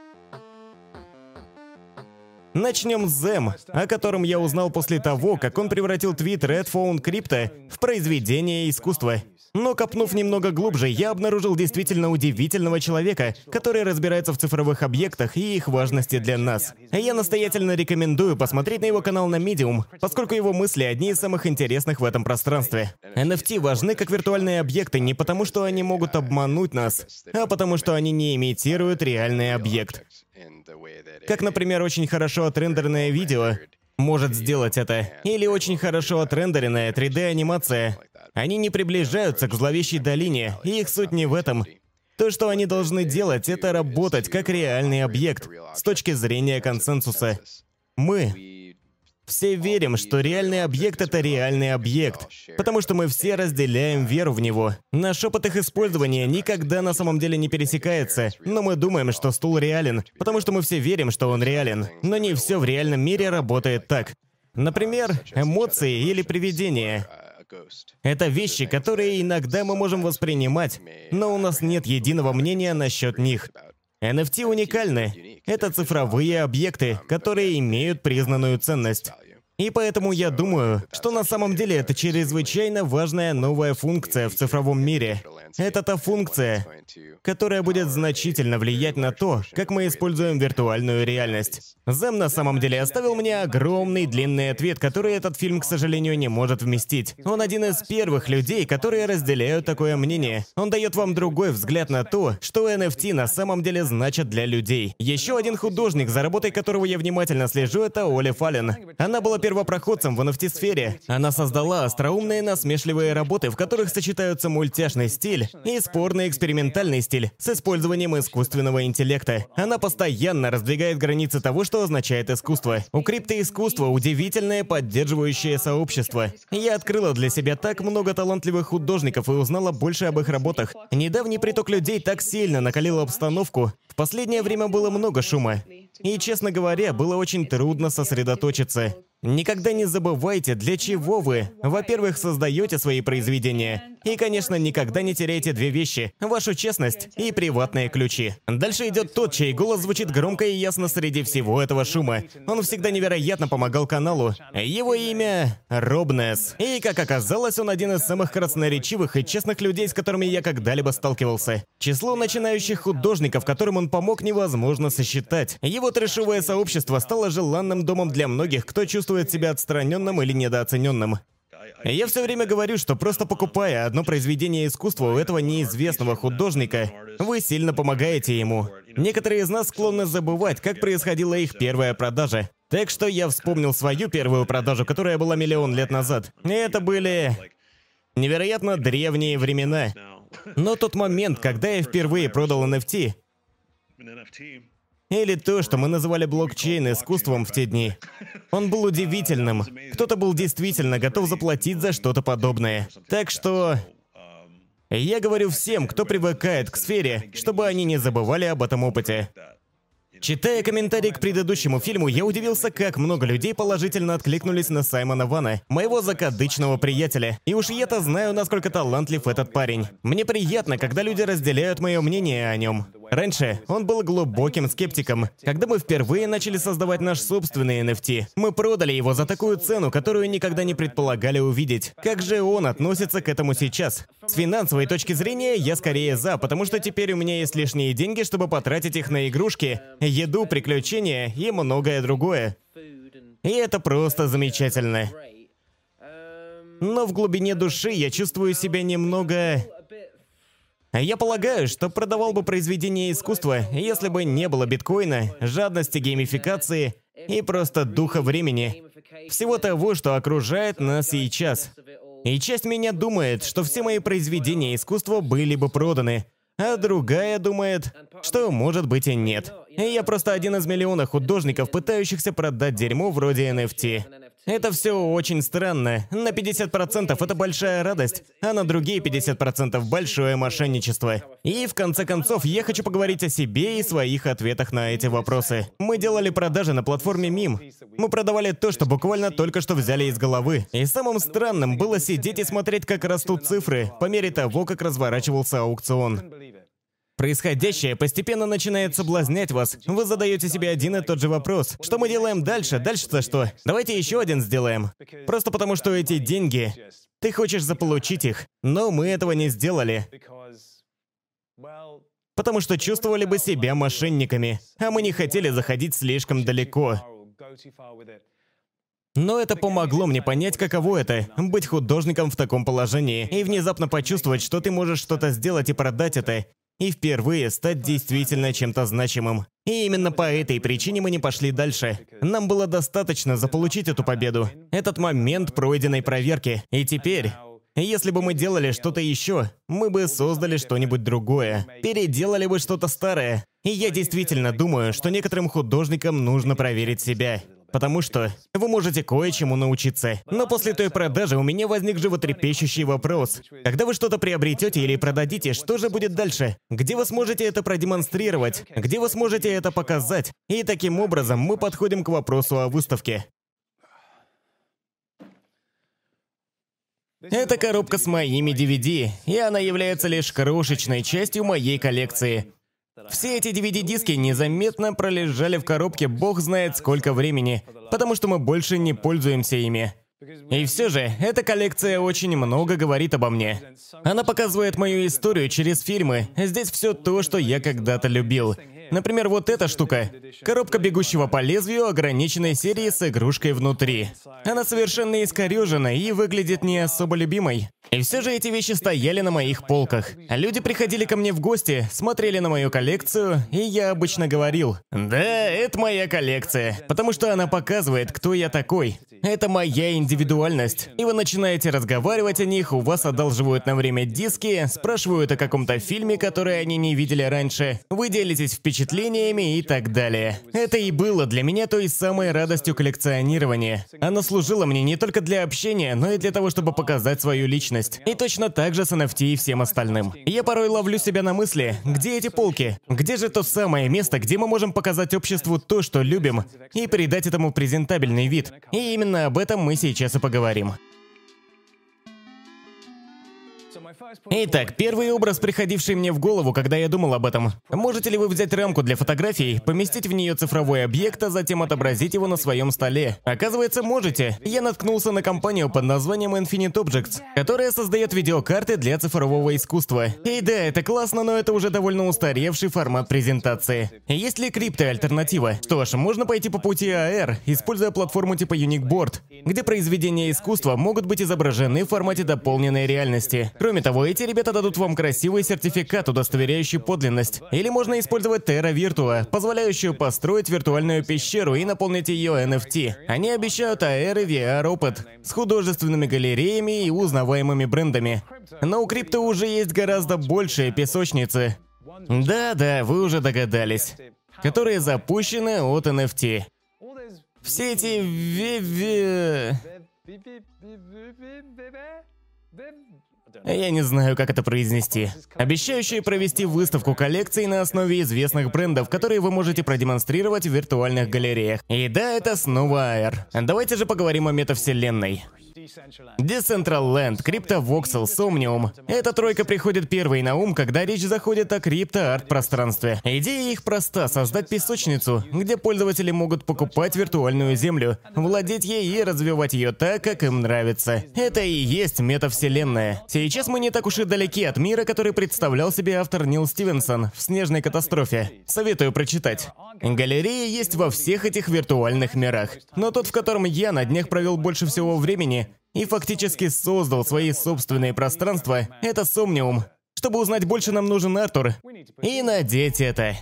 Начнем с Зэм, о котором я узнал после того, как он превратил твит Red Phone Crypto в произведение искусства. Но копнув немного глубже, я обнаружил действительно удивительного человека, который разбирается в цифровых объектах и их важности для нас. Я настоятельно рекомендую посмотреть на его канал на Medium, поскольку его мысли одни из самых интересных в этом пространстве. NFT важны как виртуальные объекты не потому, что они могут обмануть нас, а потому, что они не имитируют реальный объект. Как, например, очень хорошо отрендеренное видео может сделать это. Или очень хорошо отрендеренная 3D-анимация. Они не приближаются к зловещей долине, и их суть не в этом. То, что они должны делать, это работать как реальный объект с точки зрения консенсуса. Мы все верим, что реальный объект — это реальный объект, потому что мы все разделяем веру в него. Наш опыт их использования никогда на самом деле не пересекается, но мы думаем, что стул реален, потому что мы все верим, что он реален. Но не все в реальном мире работает так. Например, эмоции или привидения. Это вещи, которые иногда мы можем воспринимать, но у нас нет единого мнения насчет них. NFT уникальны. Это цифровые объекты, которые имеют признанную ценность. И поэтому я думаю, что на самом деле это чрезвычайно важная новая функция в цифровом мире. Это та функция, которая будет значительно влиять на то, как мы используем виртуальную реальность. Зэм на самом деле оставил мне огромный длинный ответ, который этот фильм, к сожалению, не может вместить. Он один из первых людей, которые разделяют такое мнение. Он дает вам другой взгляд на то, что NFT на самом деле значат для людей. Еще один художник, за работой которого я внимательно слежу, это Оли Фаллен. Она была первопроходцем в NFT-сфере. Она создала остроумные насмешливые работы, в которых сочетаются мультяшный стиль и спорный экспериментальный стиль с использованием искусственного интеллекта. Она постоянно раздвигает границы того, что означает искусство. У криптоискусства удивительное поддерживающее сообщество. Я открыла для себя так много талантливых художников и узнала больше об их работах. Недавний приток людей так сильно накалил обстановку. В последнее время было много шума. И, честно говоря, было очень трудно сосредоточиться. Никогда не забывайте, для чего вы, во-первых, создаете свои произведения. И, конечно, никогда не теряйте две вещи – вашу честность и приватные ключи. Дальше идет тот, чей голос звучит громко и ясно среди всего этого шума. Он всегда невероятно помогал каналу. Его имя – Робнес. И, как оказалось, он один из самых красноречивых и честных людей, с которыми я когда-либо сталкивался. Число начинающих художников, которым он помог, невозможно сосчитать. Его трэшовое сообщество стало желанным домом для многих, кто чувствует себя отстраненным или недооцененным. Я все время говорю, что просто покупая одно произведение искусства у этого неизвестного художника, вы сильно помогаете ему. Некоторые из нас склонны забывать, как происходила их первая продажа. Так что я вспомнил свою первую продажу, которая была 1 000 000 лет назад. И это были невероятно древние времена. Но тот момент, когда я впервые продал NFT, или то, что мы называли блокчейн искусством в те дни, он был удивительным. Кто-то был действительно готов заплатить за что-то подобное. Так что я говорю всем, кто привыкает к сфере, чтобы они не забывали об этом опыте. Читая комментарии к предыдущему фильму, я удивился, как много людей положительно откликнулись на Саймона Вана, моего закадычного приятеля. И уж я-то знаю, насколько талантлив этот парень. Мне приятно, когда люди разделяют мое мнение о нем. Раньше он был глубоким скептиком. Когда мы впервые начали создавать наш собственный NFT, мы продали его за такую цену, которую никогда не предполагали увидеть. Как же он относится к этому сейчас? С финансовой точки зрения я скорее за, потому что теперь у меня есть лишние деньги, чтобы потратить их на игрушки, еду, приключения и многое другое. И это просто замечательно. Но в глубине души я чувствую себя немного... Я полагаю, что продавал бы произведение искусства, если бы не было биткоина, жадности, геймификации и просто духа времени. Всего того, что окружает нас сейчас. И часть меня думает, что все мои произведения искусства были бы проданы, а другая думает, что может быть и нет. И я просто один из миллиона художников, пытающихся продать дерьмо вроде NFT. Это все очень странно. На 50% это большая радость, а на другие 50% большое мошенничество. И в конце концов, я хочу поговорить о себе и своих ответах на эти вопросы. Мы делали продажи на платформе Meme. Мы продавали то, что буквально только что взяли из головы. И самым странным было сидеть и смотреть, как растут цифры, по мере того, как разворачивался аукцион. Происходящее постепенно начинает соблазнять вас. Вы задаете себе один и тот же вопрос. Что мы делаем дальше? Дальше-то что? Давайте еще один сделаем. Просто потому, что эти деньги... Ты хочешь заполучить их, но мы этого не сделали. Потому что чувствовали бы себя мошенниками, а мы не хотели заходить слишком далеко. Но это помогло мне понять, каково это — быть художником в таком положении, и внезапно почувствовать, что ты можешь что-то сделать и продать это. и впервые стать действительно чем-то значимым. И именно по этой причине мы не пошли дальше. Нам было достаточно заполучить эту победу, этот момент пройденной проверки. И теперь, если бы мы делали что-то еще, мы бы создали что-нибудь другое, переделали бы что-то старое. И я действительно думаю, что некоторым художникам нужно проверить себя. Потому что вы можете кое-чему научиться. Но после той продажи у меня возник животрепещущий вопрос. Когда вы что-то приобретете или продадите, что же будет дальше? Где вы сможете это продемонстрировать? Где вы сможете это показать? И таким образом мы подходим к вопросу о выставке. Это коробка с моими DVD, и она является лишь крошечной частью моей коллекции. Все эти DVD-диски незаметно пролежали в коробке бог знает сколько времени, потому что мы больше не пользуемся ими. И все же, эта коллекция очень много говорит обо мне. Она показывает мою историю через фильмы. Здесь все то, что я когда-то любил. Например, вот эта штука. Коробка «Бегущего по лезвию» ограниченной серии с игрушкой внутри. Она совершенно искорежена и выглядит не особо любимой. И все же эти вещи стояли на моих полках. Люди приходили ко мне в гости, смотрели на мою коллекцию, и я обычно говорил: «Да, это моя коллекция», потому что она показывает, кто я такой. Это моя индивидуальность. И вы начинаете разговаривать о них, у вас одалживают на время диски, спрашивают о каком-то фильме, который они не видели раньше, вы делитесь впечатлениями и так далее. Это и было для меня той самой радостью коллекционирования. Оно служило мне не только для общения, но и для того, чтобы показать свою личность. И точно так же с NFT и всем остальным. Я порой ловлю себя на мысли, где эти полки? Где же то самое место, где мы можем показать обществу то, что любим, и придать этому презентабельный вид? И именно об этом мы сейчас и поговорим. Итак, первый образ, приходивший мне в голову, когда я думал об этом. Можете ли вы взять рамку для фотографий, поместить в нее цифровой объект, а затем отобразить его на своем столе? Оказывается, можете. Я наткнулся на компанию под названием Infinite Objects, которая создает видеокарты для цифрового искусства. И да, это классно, но это уже довольно устаревший формат презентации. Есть ли крипто-альтернатива? Что ж, можно пойти по пути AR, используя платформу типа Unique Board, где произведения искусства могут быть изображены в формате дополненной реальности. Кроме того, эти ребята дадут вам красивый сертификат, удостоверяющий подлинность. Или можно использовать Terra Virtua, позволяющую построить виртуальную пещеру и наполнить ее NFT. Они обещают AR и VR опыт с художественными галереями и узнаваемыми брендами. Но у крипто уже есть гораздо большие песочницы. Да-да, вы уже догадались. Которые запущены от NFT. Все эти я не знаю, как это произнести. Обещающие провести выставку коллекций на основе известных брендов, которые вы можете продемонстрировать в виртуальных галереях. И да, это снова AR. Давайте же поговорим о метавселенной. Decentraland, CryptoVoxel, Somnium. Эта тройка приходит первой на ум, когда речь заходит о крипто-арт-пространстве. Идея их проста – создать песочницу, где пользователи могут покупать виртуальную землю, владеть ей и развивать ее так, как им нравится. Это и есть метавселенная. Сейчас мы не так уж и далеки от мира, который представлял себе автор Нил Стивенсон в «Снежной катастрофе». Советую прочитать. Галереи есть во всех этих виртуальных мирах. Но тот, в котором я на днях провел больше всего времени и фактически создал свои собственные пространства, это Somnium. Чтобы узнать больше, нам нужен Артур. И надеть это.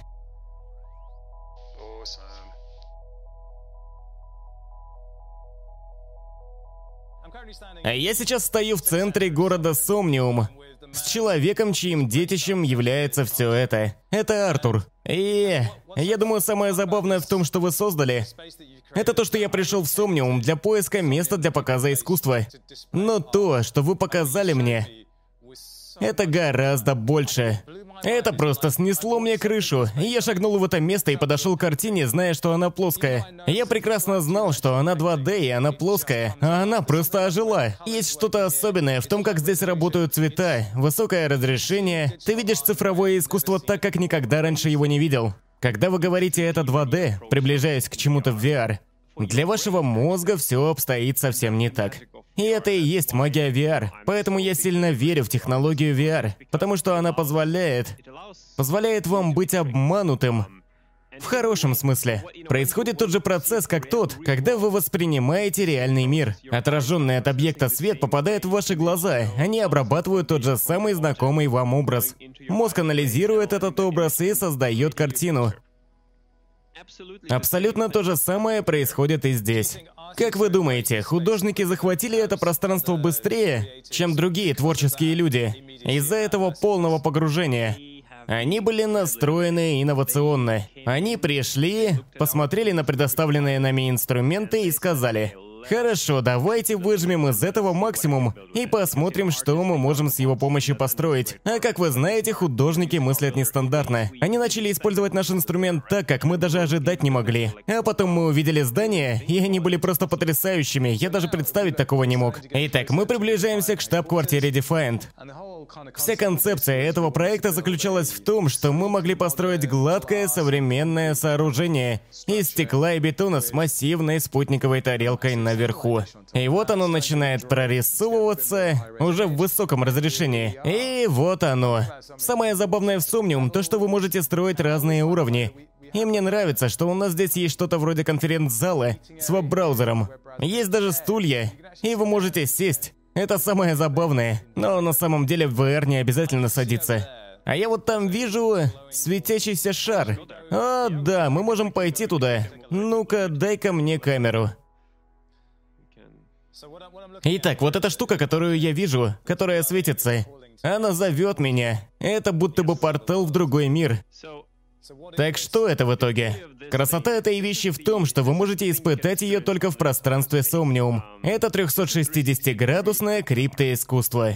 Я сейчас стою в центре города Somnium с человеком, чьим детищем является все это. Это Артур. И я думаю, самое забавное в том, что вы создали, это то, что я пришел в Somnium для поиска места для показа искусства. Но то, что вы показали мне, это гораздо больше. Это просто снесло мне крышу. Я шагнул в это место и подошел к картине, зная, что она плоская. Я прекрасно знал, что она 2D и она плоская, а она просто ожила. Есть что-то особенное в том, как здесь работают цвета, высокое разрешение. Ты видишь цифровое искусство так, как никогда раньше его не видел. Когда вы говорите «это 2D», приближаясь к чему-то в VR, для вашего мозга все обстоит совсем не так. И это и есть магия VR. Поэтому я сильно верю в технологию VR, потому что она позволяет вам быть обманутым В хорошем смысле. Происходит тот же процесс, как тот, когда вы воспринимаете реальный мир. Отраженный от объекта свет попадает в ваши глаза, они обрабатывают тот же самый знакомый вам образ. Мозг анализирует этот образ и создает картину. Абсолютно то же самое происходит и здесь. Как вы думаете, художники захватили это пространство быстрее, чем другие творческие люди? Из-за этого полного погружения. Они были настроены инновационно. Они пришли, посмотрели на предоставленные нами инструменты и сказали: «Хорошо, давайте выжмем из этого максимум и посмотрим, что мы можем с его помощью построить». А как вы знаете, художники мыслят нестандартно. Они начали использовать наш инструмент так, как мы даже ожидать не могли. А потом мы увидели здания, и они были просто потрясающими. Я даже представить такого не мог. Итак, мы приближаемся к штаб-квартире Defiant. Вся концепция этого проекта заключалась в том, что мы могли построить гладкое современное сооружение из стекла и бетона с массивной спутниковой тарелкой наверху. И вот оно начинает прорисовываться уже в высоком разрешении. И вот оно. Самое забавное в Somnium то, что вы можете строить разные уровни. И мне нравится, что у нас здесь есть что-то вроде конференц-зала с веб-браузером. Есть даже стулья, и вы можете сесть. Это самое забавное, но на самом деле в VR не обязательно садиться. А я вот там вижу светящийся шар. А, да, мы можем пойти туда. Ну-ка, дай-ка мне камеру. Итак, вот эта штука, которую я вижу, которая светится, она зовет меня. Это будто бы портал в другой мир. Так что это в итоге? Красота этой вещи в том, что вы можете испытать ее только в пространстве Somnium. Это 360-градусное криптоискусство.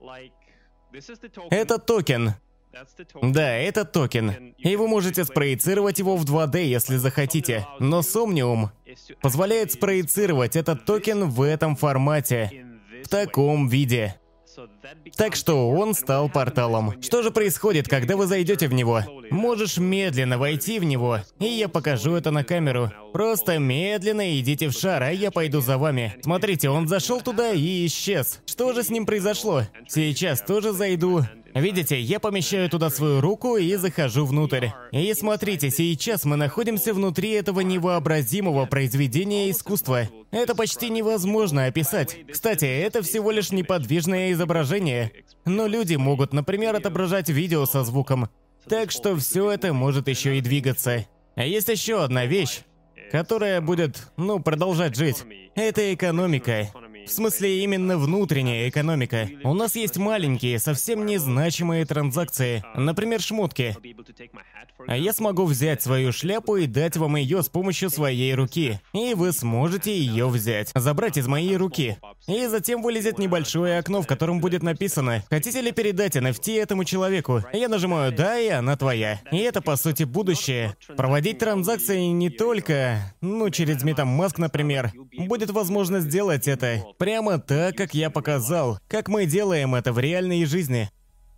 Это токен. Да, это токен. И вы можете спроецировать его в 2D, если захотите. Но Somnium позволяет спроецировать этот токен в этом формате, в таком виде. Так что он стал порталом. Что же происходит, когда вы зайдете в него? Можешь медленно войти в него, и я покажу это на камеру. Просто медленно идите в шар, а я пойду за вами. Смотрите, он зашел туда и исчез. Что же с ним произошло? Сейчас тоже зайду. Видите, я помещаю туда свою руку и захожу внутрь. И смотрите, сейчас мы находимся внутри этого невообразимого произведения искусства. Это почти невозможно описать. Кстати, это всего лишь неподвижное изображение. Но люди могут, например, отображать видео со звуком. Так что все это может еще и двигаться. А есть еще одна вещь, которая будет, продолжать жить. Это экономика. В смысле, именно внутренняя экономика. У нас есть маленькие, совсем незначимые транзакции. Например, шмотки. А я смогу взять свою шляпу и дать вам ее с помощью своей руки. И вы сможете ее взять. Забрать из моей руки. И затем вылезет небольшое окно, в котором будет написано: «Хотите ли передать NFT этому человеку?» Я нажимаю «Да», и она твоя. И это, по сути, будущее. Проводить транзакции не только, через MetaMask, например. Будет возможность сделать это прямо так, как я показал. Как мы делаем это в реальной жизни.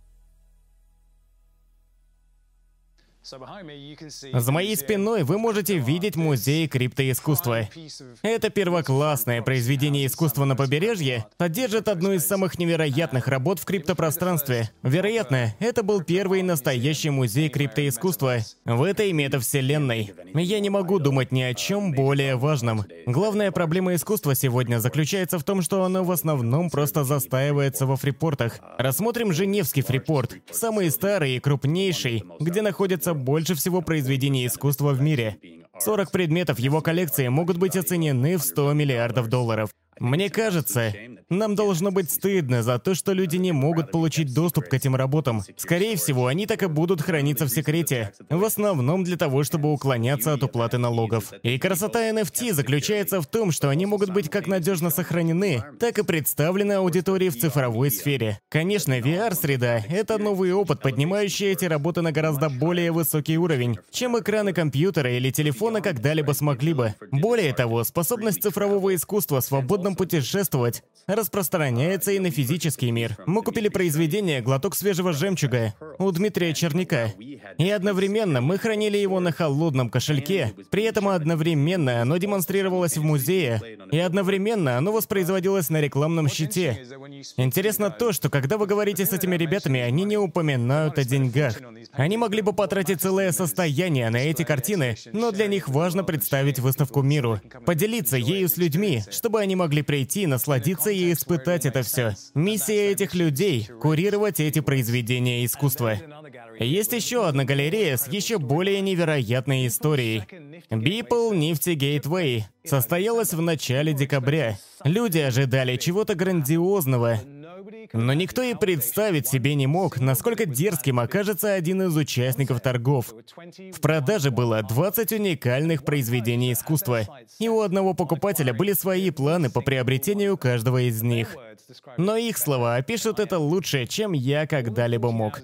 За моей спиной вы можете видеть музей криптоискусства. Это первоклассное произведение искусства на побережье содержит одну из самых невероятных работ в криптопространстве. Вероятно, это был первый настоящий музей криптоискусства в этой метавселенной. Я не могу думать ни о чем более важном. Главная проблема искусства сегодня заключается в том, что оно в основном просто застаивается во фрипортах. Рассмотрим Женевский фрипорт, самый старый и крупнейший, где находится больше всего произведений искусства в мире. 40 предметов его коллекции могут быть оценены в $100 миллиардов. Мне кажется, нам должно быть стыдно за то, что люди не могут получить доступ к этим работам. Скорее всего, они так и будут храниться в секрете. В основном для того, чтобы уклоняться от уплаты налогов. И красота NFT заключается в том, что они могут быть как надежно сохранены, так и представлены аудитории в цифровой сфере. Конечно, VR-среда — это новый опыт, поднимающий эти работы на гораздо более высокий уровень, чем экраны компьютера или телефона когда-либо смогли бы. Более того, способность цифрового искусства свободно путешествовать распространяется и на физический мир. Мы купили произведение «Глоток свежего жемчуга» у Дмитрия Черняка. И одновременно мы хранили его на холодном кошельке. При этом одновременно оно демонстрировалось в музее. И одновременно оно воспроизводилось на рекламном щите. Интересно то, что когда вы говорите с этими ребятами, они не упоминают о деньгах. Они могли бы потратить целое состояние на эти картины, но для них важно представить выставку миру, поделиться ею с людьми, чтобы они могли прийти, насладиться и испытать это все. Миссия этих людей — курировать эти произведения искусства. Есть еще одна галерея с еще более невероятной историей. Beeple Nifty Gateway состоялась в начале декабря. Люди ожидали чего-то грандиозного, но никто и представить себе не мог, насколько дерзким окажется один из участников торгов. В продаже было 20 уникальных произведений искусства, и у одного покупателя были свои планы по приобретению каждого из них. Но их слова опишут это лучше, чем я когда-либо мог.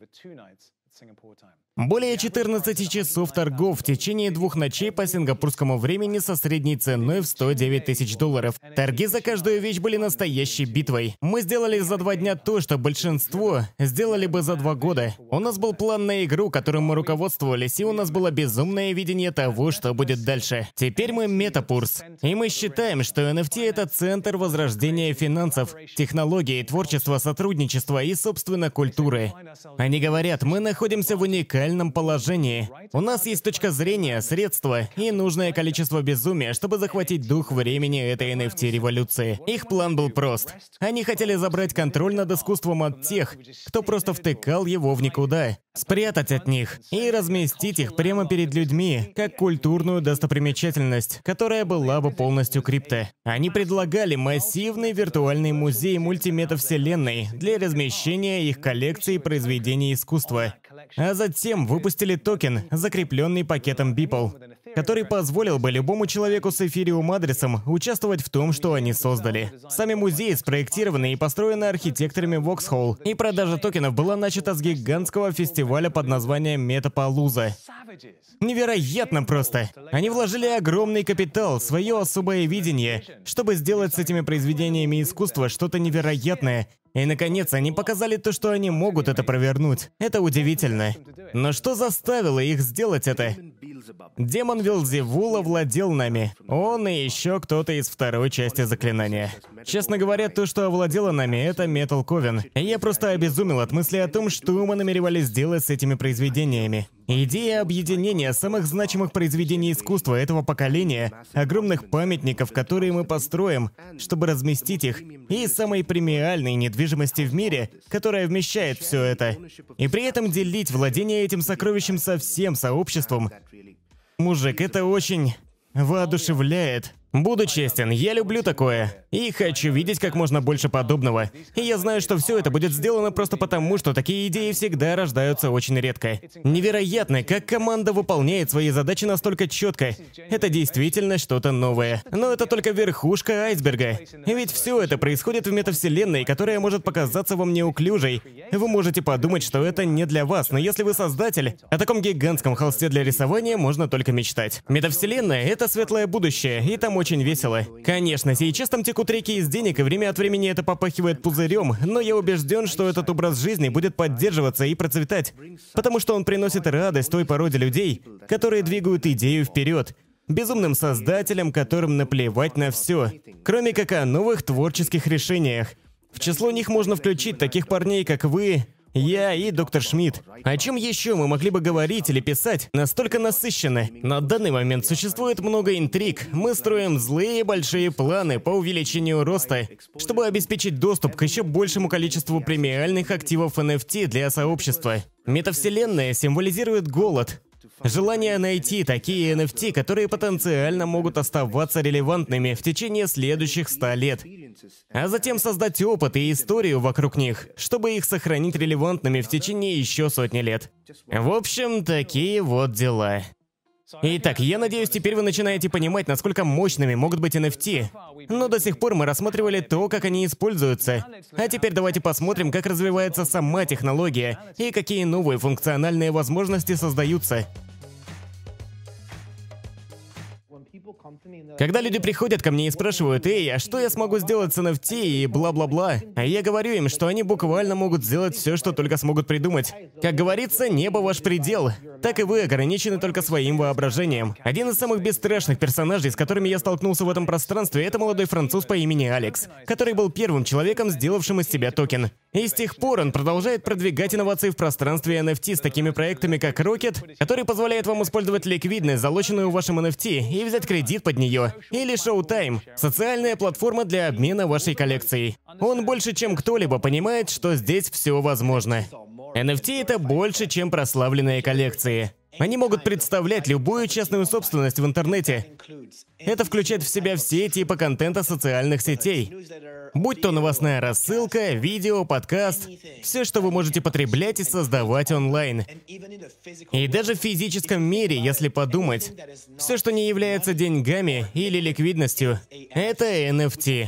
Более 14 часов торгов в течение 2 ночей по сингапурскому времени со средней ценой в $109 тысяч. Торги за каждую вещь были настоящей битвой. Мы сделали за 2 дня то, что большинство сделали бы за 2 года. У нас был план на игру, которым мы руководствовались, и у нас было безумное видение того, что будет дальше. Теперь мы Метапурс, и мы считаем, что NFT — это центр возрождения финансов, технологий, творчества, сотрудничества и, собственно, культуры. Они говорят, мы находимся в уникальном положении. У нас есть точка зрения, средства и нужное количество безумия, чтобы захватить дух времени этой NFT-революции. Их план был прост. Они хотели забрать контроль над искусством от тех, кто просто втыкал его в никуда, спрятать от них и разместить их прямо перед людьми, как культурную достопримечательность, которая была бы полностью крипто. Они предлагали массивный виртуальный музей мультиметавселенной для размещения их коллекций произведений искусства. А затем выпустили токен, закрепленный пакетом Beeple, который позволил бы любому человеку с эфириум-адресом участвовать в том, что они создали. Сами музеи спроектированы и построены архитекторами Vauxhall, и продажа токенов была начата с гигантского фестиваля под названием Метапалуза. Невероятно просто. Они вложили огромный капитал, свое особое видение, чтобы сделать с этими произведениями искусства что-то невероятное. И, наконец, они показали то, что они могут это провернуть. Это удивительно. Но что заставило их сделать это? Демон Вельзевул овладел нами. Он и еще кто-то из второй части заклинания. Честно говоря, то, что овладело нами, это Metal Coven. Я просто обезумел от мысли о том, что мы намеревались сделать с этими произведениями. Идея объединения самых значимых произведений искусства этого поколения, огромных памятников, которые мы построим, чтобы разместить их, и самой премиальной недвижимости в мире, которая вмещает все это, и при этом делить владение этим сокровищем со всем сообществом. Мужик, это очень воодушевляет. Буду честен, я люблю такое. И хочу видеть как можно больше подобного. И я знаю, что все это будет сделано просто потому, что такие идеи всегда рождаются очень редко. Невероятно, как команда выполняет свои задачи настолько четко. Это действительно что-то новое. Но это только верхушка айсберга. Ведь все это происходит в метавселенной, которая может показаться вам неуклюжей. Вы можете подумать, что это не для вас, но если вы создатель, о таком гигантском холсте для рисования можно только мечтать. Метавселенная — это светлое будущее, и там очень весело. Конечно, сейчас там текут реки из денег, и время от времени это попахивает пузырем, но я убежден, что этот образ жизни будет поддерживаться и процветать, потому что он приносит радость той породе людей, которые двигают идею вперед, безумным создателям, которым наплевать на все, кроме как о новых творческих решениях. В число них можно включить таких парней, как вы, я и доктор Шмидт. О чем еще мы могли бы говорить или писать? Настолько насыщенно. На данный момент существует много интриг. Мы строим злые большие планы по увеличению роста, чтобы обеспечить доступ к еще большему количеству премиальных активов NFT для сообщества. Метавселенная символизирует голод. Желание найти такие NFT, которые потенциально могут оставаться релевантными в течение следующих 100 лет. А затем создать опыт и историю вокруг них, чтобы их сохранить релевантными в течение еще сотни лет. В общем, такие вот дела. Итак, я надеюсь, теперь вы начинаете понимать, насколько мощными могут быть NFT. Но до сих пор мы рассматривали то, как они используются. А теперь давайте посмотрим, как развивается сама технология и какие новые функциональные возможности создаются. Когда люди приходят ко мне и спрашивают: «Эй, а что я смогу сделать с NFT и бла-бла-бла?» А я говорю им, что они буквально могут сделать все, что только смогут придумать. Как говорится, небо ваш предел. Так и вы ограничены только своим воображением. Один из самых бесстрашных персонажей, с которыми я столкнулся в этом пространстве, это молодой француз по имени Алекс, который был первым человеком, сделавшим из себя токен. И с тех пор он продолжает продвигать инновации в пространстве NFT с такими проектами, как Rocket, который позволяет вам использовать ликвидность, залоченную в вашем NFT, и взять кредит под нее. Или Showtime – социальная платформа для обмена вашей коллекцией. Он больше, чем кто-либо, понимает, что здесь все возможно. NFT – это больше, чем прославленные коллекции. Они могут представлять любую частную собственность в интернете. Это включает в себя все типы контента социальных сетей. Будь то новостная рассылка, видео, подкаст, все, что вы можете потреблять и создавать онлайн. И даже в физическом мире, если подумать, все, что не является деньгами или ликвидностью, это NFT.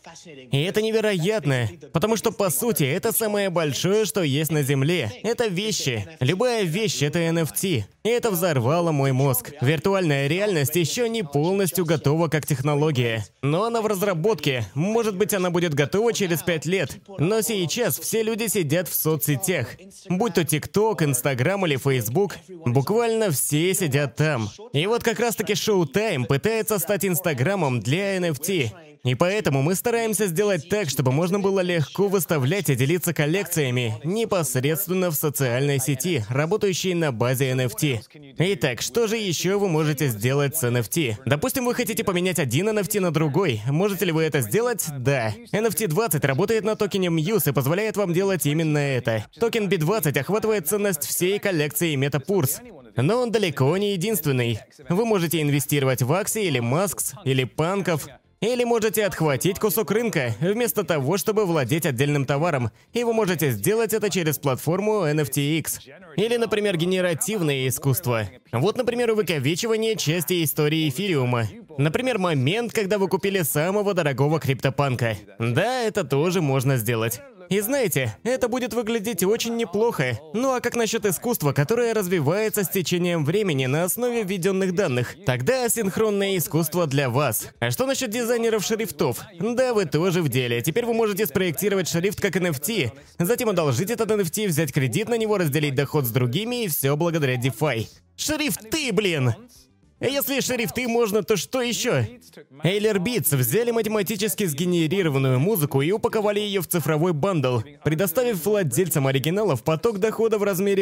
И это невероятно, потому что, по сути, это самое большое, что есть на Земле. Это вещи. Любая вещь — это NFT. И это взорвало мой мозг. Виртуальная реальность еще не полностью готова как технология. Но она в разработке. Может быть, она будет готова через 5 лет. Но сейчас все люди сидят в соцсетях. Будь то TikTok, Instagram или Facebook. Буквально все сидят там. И вот как раз-таки Showtime пытается стать Инстаграмом для NFT. И поэтому мы стараемся сделать так, чтобы можно было легко выставлять и делиться коллекциями непосредственно в социальной сети, работающей на базе NFT. Итак, что же еще вы можете сделать с NFT? Допустим, вы хотите поменять один NFT на другой. Можете ли вы это сделать? Да. NFT 20 работает на токене Muse и позволяет вам делать именно это. Токен B20 охватывает ценность всей коллекции MetaPurs. Но он далеко не единственный. Вы можете инвестировать в акции или Masks, или панков. Или можете отхватить кусок рынка, вместо того, чтобы владеть отдельным товаром. И вы можете сделать это через платформу NFTX. Или, например, генеративное искусство. Вот, например, увековечивание части истории эфириума. Например, момент, когда вы купили самого дорогого криптопанка. Да, это тоже можно сделать. И знаете, это будет выглядеть очень неплохо. Ну а как насчет искусства, которое развивается с течением времени на основе введенных данных? Тогда асинхронное искусство для вас. А что насчет дизайнеров шрифтов? Да, вы тоже в деле. Теперь вы можете спроектировать шрифт как NFT, затем одолжить этот NFT, взять кредит на него, разделить доход с другими, и все благодаря DeFi. Шрифты, блин! Если шрифты можно, то что еще? Euler Beats взяли математически сгенерированную музыку и упаковали ее в цифровой бандл, предоставив владельцам оригиналов поток дохода в размере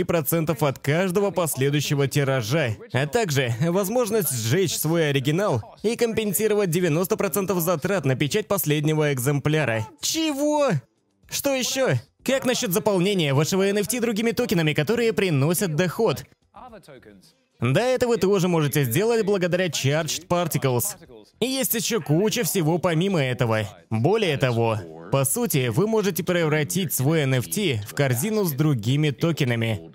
8% от каждого последующего тиража, а также возможность сжечь свой оригинал и компенсировать 90% затрат на печать последнего экземпляра. Чего? Что еще? Как насчет заполнения вашего NFT другими токенами, которые приносят доход? Да, это вы тоже можете сделать благодаря Charged Particles. И есть еще куча всего помимо этого. Более того, по сути, вы можете превратить свой NFT в корзину с другими токенами.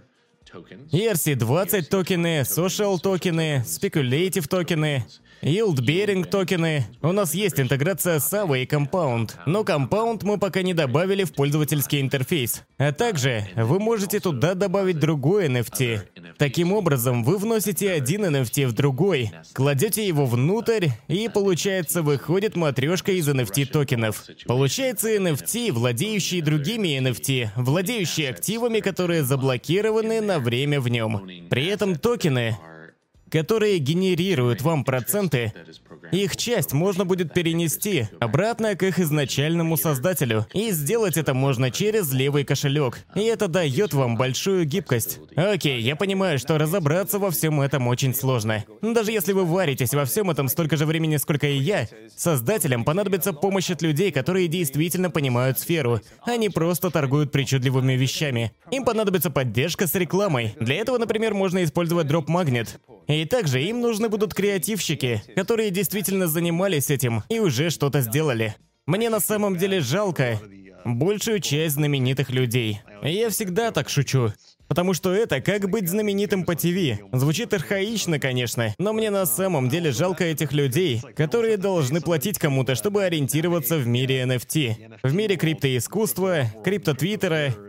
ERC-20 токены, Social токены, Speculative токены, Yield-Bearing токены. У нас есть интеграция с Aave и Compound, но Compound мы пока не добавили в пользовательский интерфейс. А также вы можете туда добавить другой NFT. Таким образом, вы вносите один NFT в другой, кладете его внутрь, и получается, выходит матрешка из NFT токенов. Получается NFT, владеющие другими NFT, владеющие активами, которые заблокированы на время в нем. При этом токены, которые генерируют вам проценты, их часть можно будет перенести обратно к их изначальному создателю. И сделать это можно через левый кошелек. И это дает вам большую гибкость. Окей, я понимаю, что разобраться во всем этом очень сложно. Даже если вы варитесь во всем этом столько же времени, сколько и я, создателям понадобится помощь от людей, которые действительно понимают сферу, а не просто торгуют причудливыми вещами. Им понадобится поддержка с рекламой. Для этого, например, можно использовать Drop Magnet. И также им нужны будут креативщики, которые действительно занимались этим и уже что-то сделали. Мне на самом деле жалко большую часть знаменитых людей. Я всегда так шучу. Потому что это как быть знаменитым по ТВ. Звучит архаично, конечно, но мне на самом деле жалко этих людей, которые должны платить кому-то, чтобы ориентироваться в мире NFT. В мире криптоискусства, криптотвиттера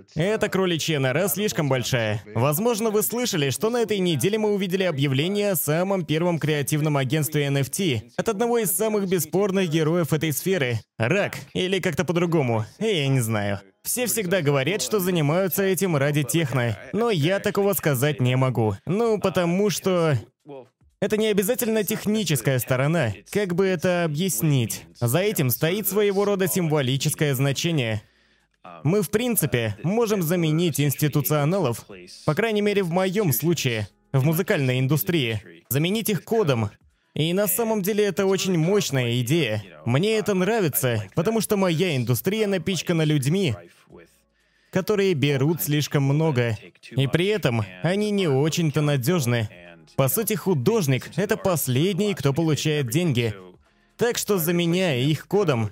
Эта кроличья нора слишком большая. Возможно, вы слышали, что на этой неделе мы увидели объявление о самом первом креативном агентстве NFT от одного из самых бесспорных героев этой сферы — Рак, или как-то по-другому, я не знаю. Все всегда говорят, что занимаются этим ради техно, но я такого сказать не могу. Ну, потому что... Это не обязательно техническая сторона. Как бы это объяснить? За этим стоит своего рода символическое значение. Мы, в принципе, можем заменить институционалов, по крайней мере, в моем случае, в музыкальной индустрии, заменить их кодом. И на самом деле это очень мощная идея. Мне это нравится, потому что моя индустрия напичкана людьми, которые берут слишком много, и при этом они не очень-то надежны. По сути, художник — это последний, кто получает деньги. Так что, заменяя их кодом,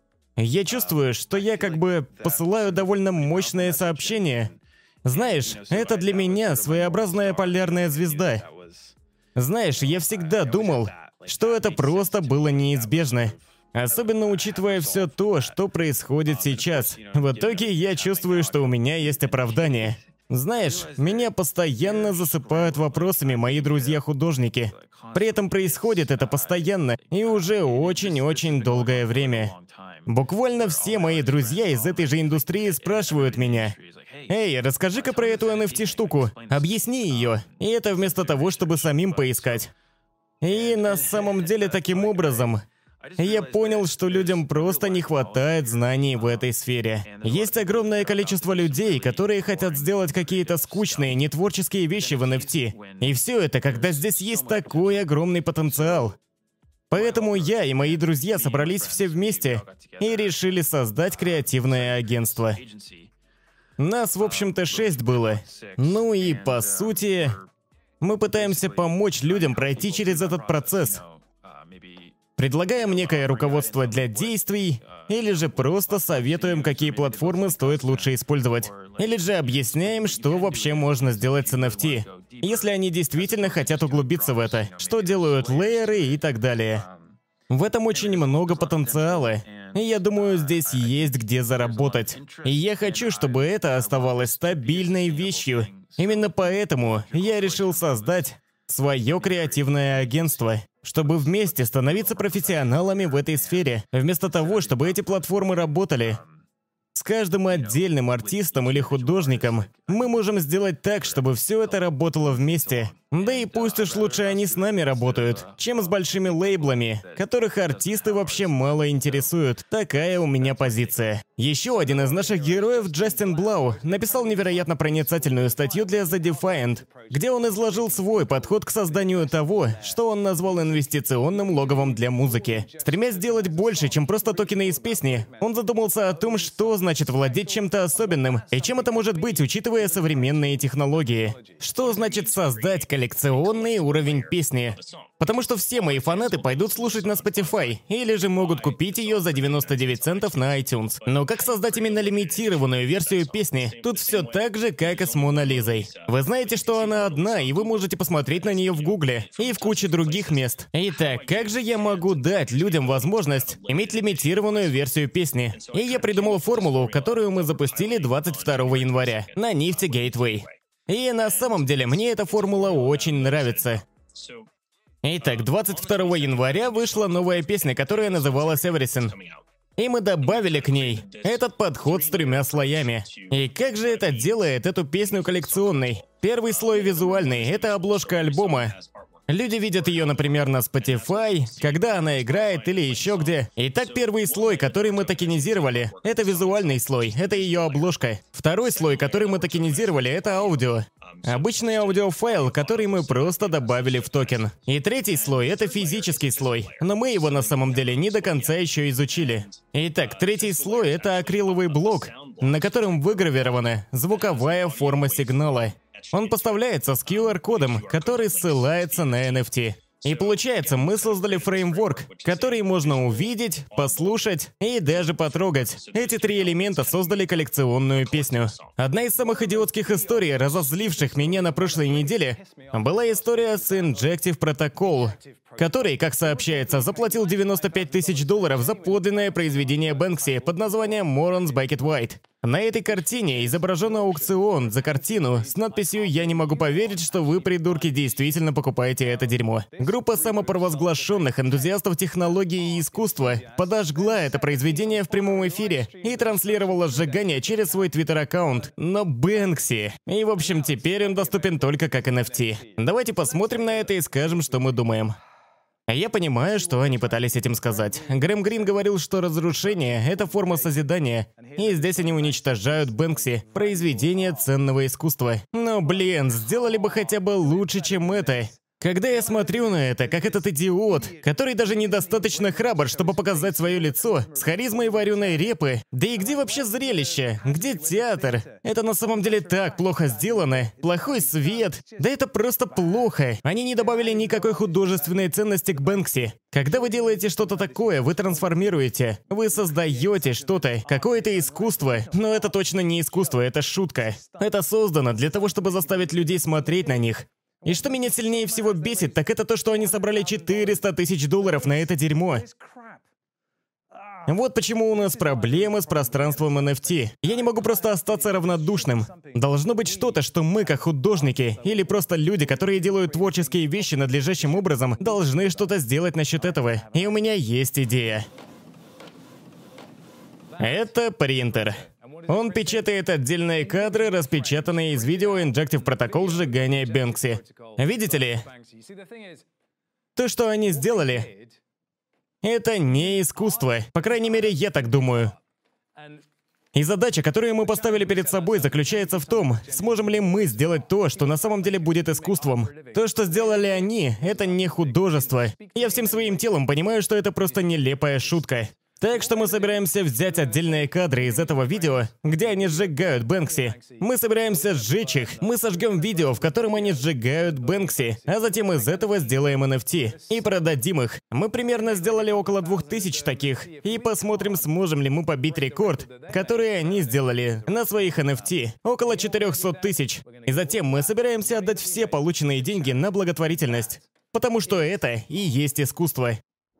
я чувствую, что я как бы посылаю довольно мощное сообщение. Знаешь, это для меня своеобразная полярная звезда. Знаешь, я всегда думал, что это просто было неизбежно. Особенно учитывая все то, что происходит сейчас. В итоге я чувствую, что у меня есть оправдание. Знаешь, меня постоянно засыпают вопросами мои друзья-художники. При этом происходит это постоянно и уже очень-очень долгое время. Буквально все мои друзья из этой же индустрии спрашивают меня: «Эй, расскажи-ка про эту NFT-штуку, объясни ее». И это вместо того, чтобы самим поискать. И на самом деле таким образом... Я понял, что людям просто не хватает знаний в этой сфере. Есть огромное количество людей, которые хотят сделать какие-то скучные, нетворческие вещи в NFT. И все это, когда здесь есть такой огромный потенциал. Поэтому я и мои друзья собрались все вместе и решили создать креативное агентство. Нас, в общем-то, 6 было. Ну и, по сути, мы пытаемся помочь людям пройти через этот процесс. Предлагаем некое руководство для действий, или же просто советуем, какие платформы стоит лучше использовать. Или же объясняем, что вообще можно сделать с NFT, если они действительно хотят углубиться в это, что делают лейеры и так далее. В этом очень много потенциала, и я думаю, здесь есть где заработать. И я хочу, чтобы это оставалось стабильной вещью. Именно поэтому я решил создать свое креативное агентство, чтобы вместе становиться профессионалами в этой сфере, вместо того, чтобы эти платформы работали. С каждым отдельным артистом или художником мы можем сделать так, чтобы все это работало вместе. Да и пусть уж лучше они с нами работают, чем с большими лейблами, которых артисты вообще мало интересуют. Такая у меня позиция. Еще один из наших героев, Джастин Блау, написал невероятно проницательную статью для The Defiant, где он изложил свой подход к созданию того, что он назвал инвестиционным логовом для музыки. Стремясь сделать больше, чем просто токены из песни, он задумался о том, что значит владеть чем-то особенным, и чем это может быть, учитывая современные технологии. Что значит создать коллекционный уровень песни? Потому что все мои фанаты пойдут слушать на Spotify, или же могут купить ее за 99 центов на iTunes. Но как создать именно лимитированную версию песни? Тут все так же, как и с Мона Лизой. Вы знаете, что она одна, и вы можете посмотреть на нее в Гугле и в куче других мест. Итак, как же я могу дать людям возможность иметь лимитированную версию песни? И я придумал формулу, которую мы запустили 22 января на Nifty Gateway. И на самом деле мне эта формула очень нравится. Итак, 22 января вышла новая песня, которая называлась Everything. И мы добавили к ней этот подход с 3 слоями. И как же это делает эту песню коллекционной? Первый слой визуальный — это обложка альбома. Люди видят ее, например, на Spotify, когда она играет или еще где. Итак, первый слой, который мы токенизировали, это визуальный слой, это ее обложка. Второй слой, который мы токенизировали, это аудио. Обычный аудиофайл, который мы просто добавили в токен. И третий слой — это физический слой, но мы его на самом деле не до конца еще изучили. Итак, третий слой — это акриловый блок, на котором выгравирована звуковая форма сигнала. Он поставляется с QR-кодом, который ссылается на NFT. И получается, мы создали фреймворк, который можно увидеть, послушать и даже потрогать. Эти 3 элемента создали коллекционную песню. Одна из самых идиотских историй, разозливших меня на прошлой неделе, была история с Injective Protocol, который, как сообщается, заплатил $95 тысяч за подлинное произведение Бэнкси под названием Moron's Bucket White. На этой картине изображен аукцион за картину с надписью «Я не могу поверить, что вы, придурки, действительно покупаете это дерьмо». Группа самопровозглашенных энтузиастов технологии и искусства подожгла это произведение в прямом эфире и транслировала сжигание через свой твиттер-аккаунт. Но Бэнкси... И, в общем, теперь он доступен только как NFT. Давайте посмотрим на это и скажем, что мы думаем. Я понимаю, что они пытались этим сказать. Грэм Грин говорил, что разрушение — это форма созидания. И здесь они уничтожают Бэнкси, произведение ценного искусства. Но, блин, сделали бы хотя бы лучше, чем это. Когда я смотрю на это, как этот идиот, который даже недостаточно храбр, чтобы показать свое лицо, с харизмой вареной репы, да и где вообще зрелище? Где театр? Это на самом деле так плохо сделано. Плохой свет. Да это просто плохо. Они не добавили никакой художественной ценности к Бэнкси. Когда вы делаете что-то такое, вы трансформируете. Вы создаете что-то, какое-то искусство. Но это точно не искусство, это шутка. Это создано для того, чтобы заставить людей смотреть на них. И что меня сильнее всего бесит, так это то, что они собрали $400 тысяч на это дерьмо. Вот почему у нас проблемы с пространством NFT. Я не могу просто остаться равнодушным. Должно быть что-то, что мы, как художники, или просто люди, которые делают творческие вещи надлежащим образом, должны что-то сделать насчет этого. И у меня есть идея. Это принтер. Он печатает отдельные кадры, распечатанные из видео Injective Protocol сжигания Бэнкси. Видите ли? То, что они сделали, это не искусство. По крайней мере, я так думаю. И задача, которую мы поставили перед собой, заключается в том, сможем ли мы сделать то, что на самом деле будет искусством. То, что сделали они, это не художество. Я всем своим телом понимаю, что это просто нелепая шутка. Так что мы собираемся взять отдельные кадры из этого видео, где они сжигают Бэнкси. Мы собираемся сжечь их. Мы сожгем видео, в котором они сжигают Бэнкси, а затем из этого сделаем NFT и продадим их. Мы примерно сделали около 2000 таких, и посмотрим, сможем ли мы побить рекорд, который они сделали на своих NFT. Около 400 тысяч. И затем мы собираемся отдать все полученные деньги на благотворительность. Потому что это и есть искусство.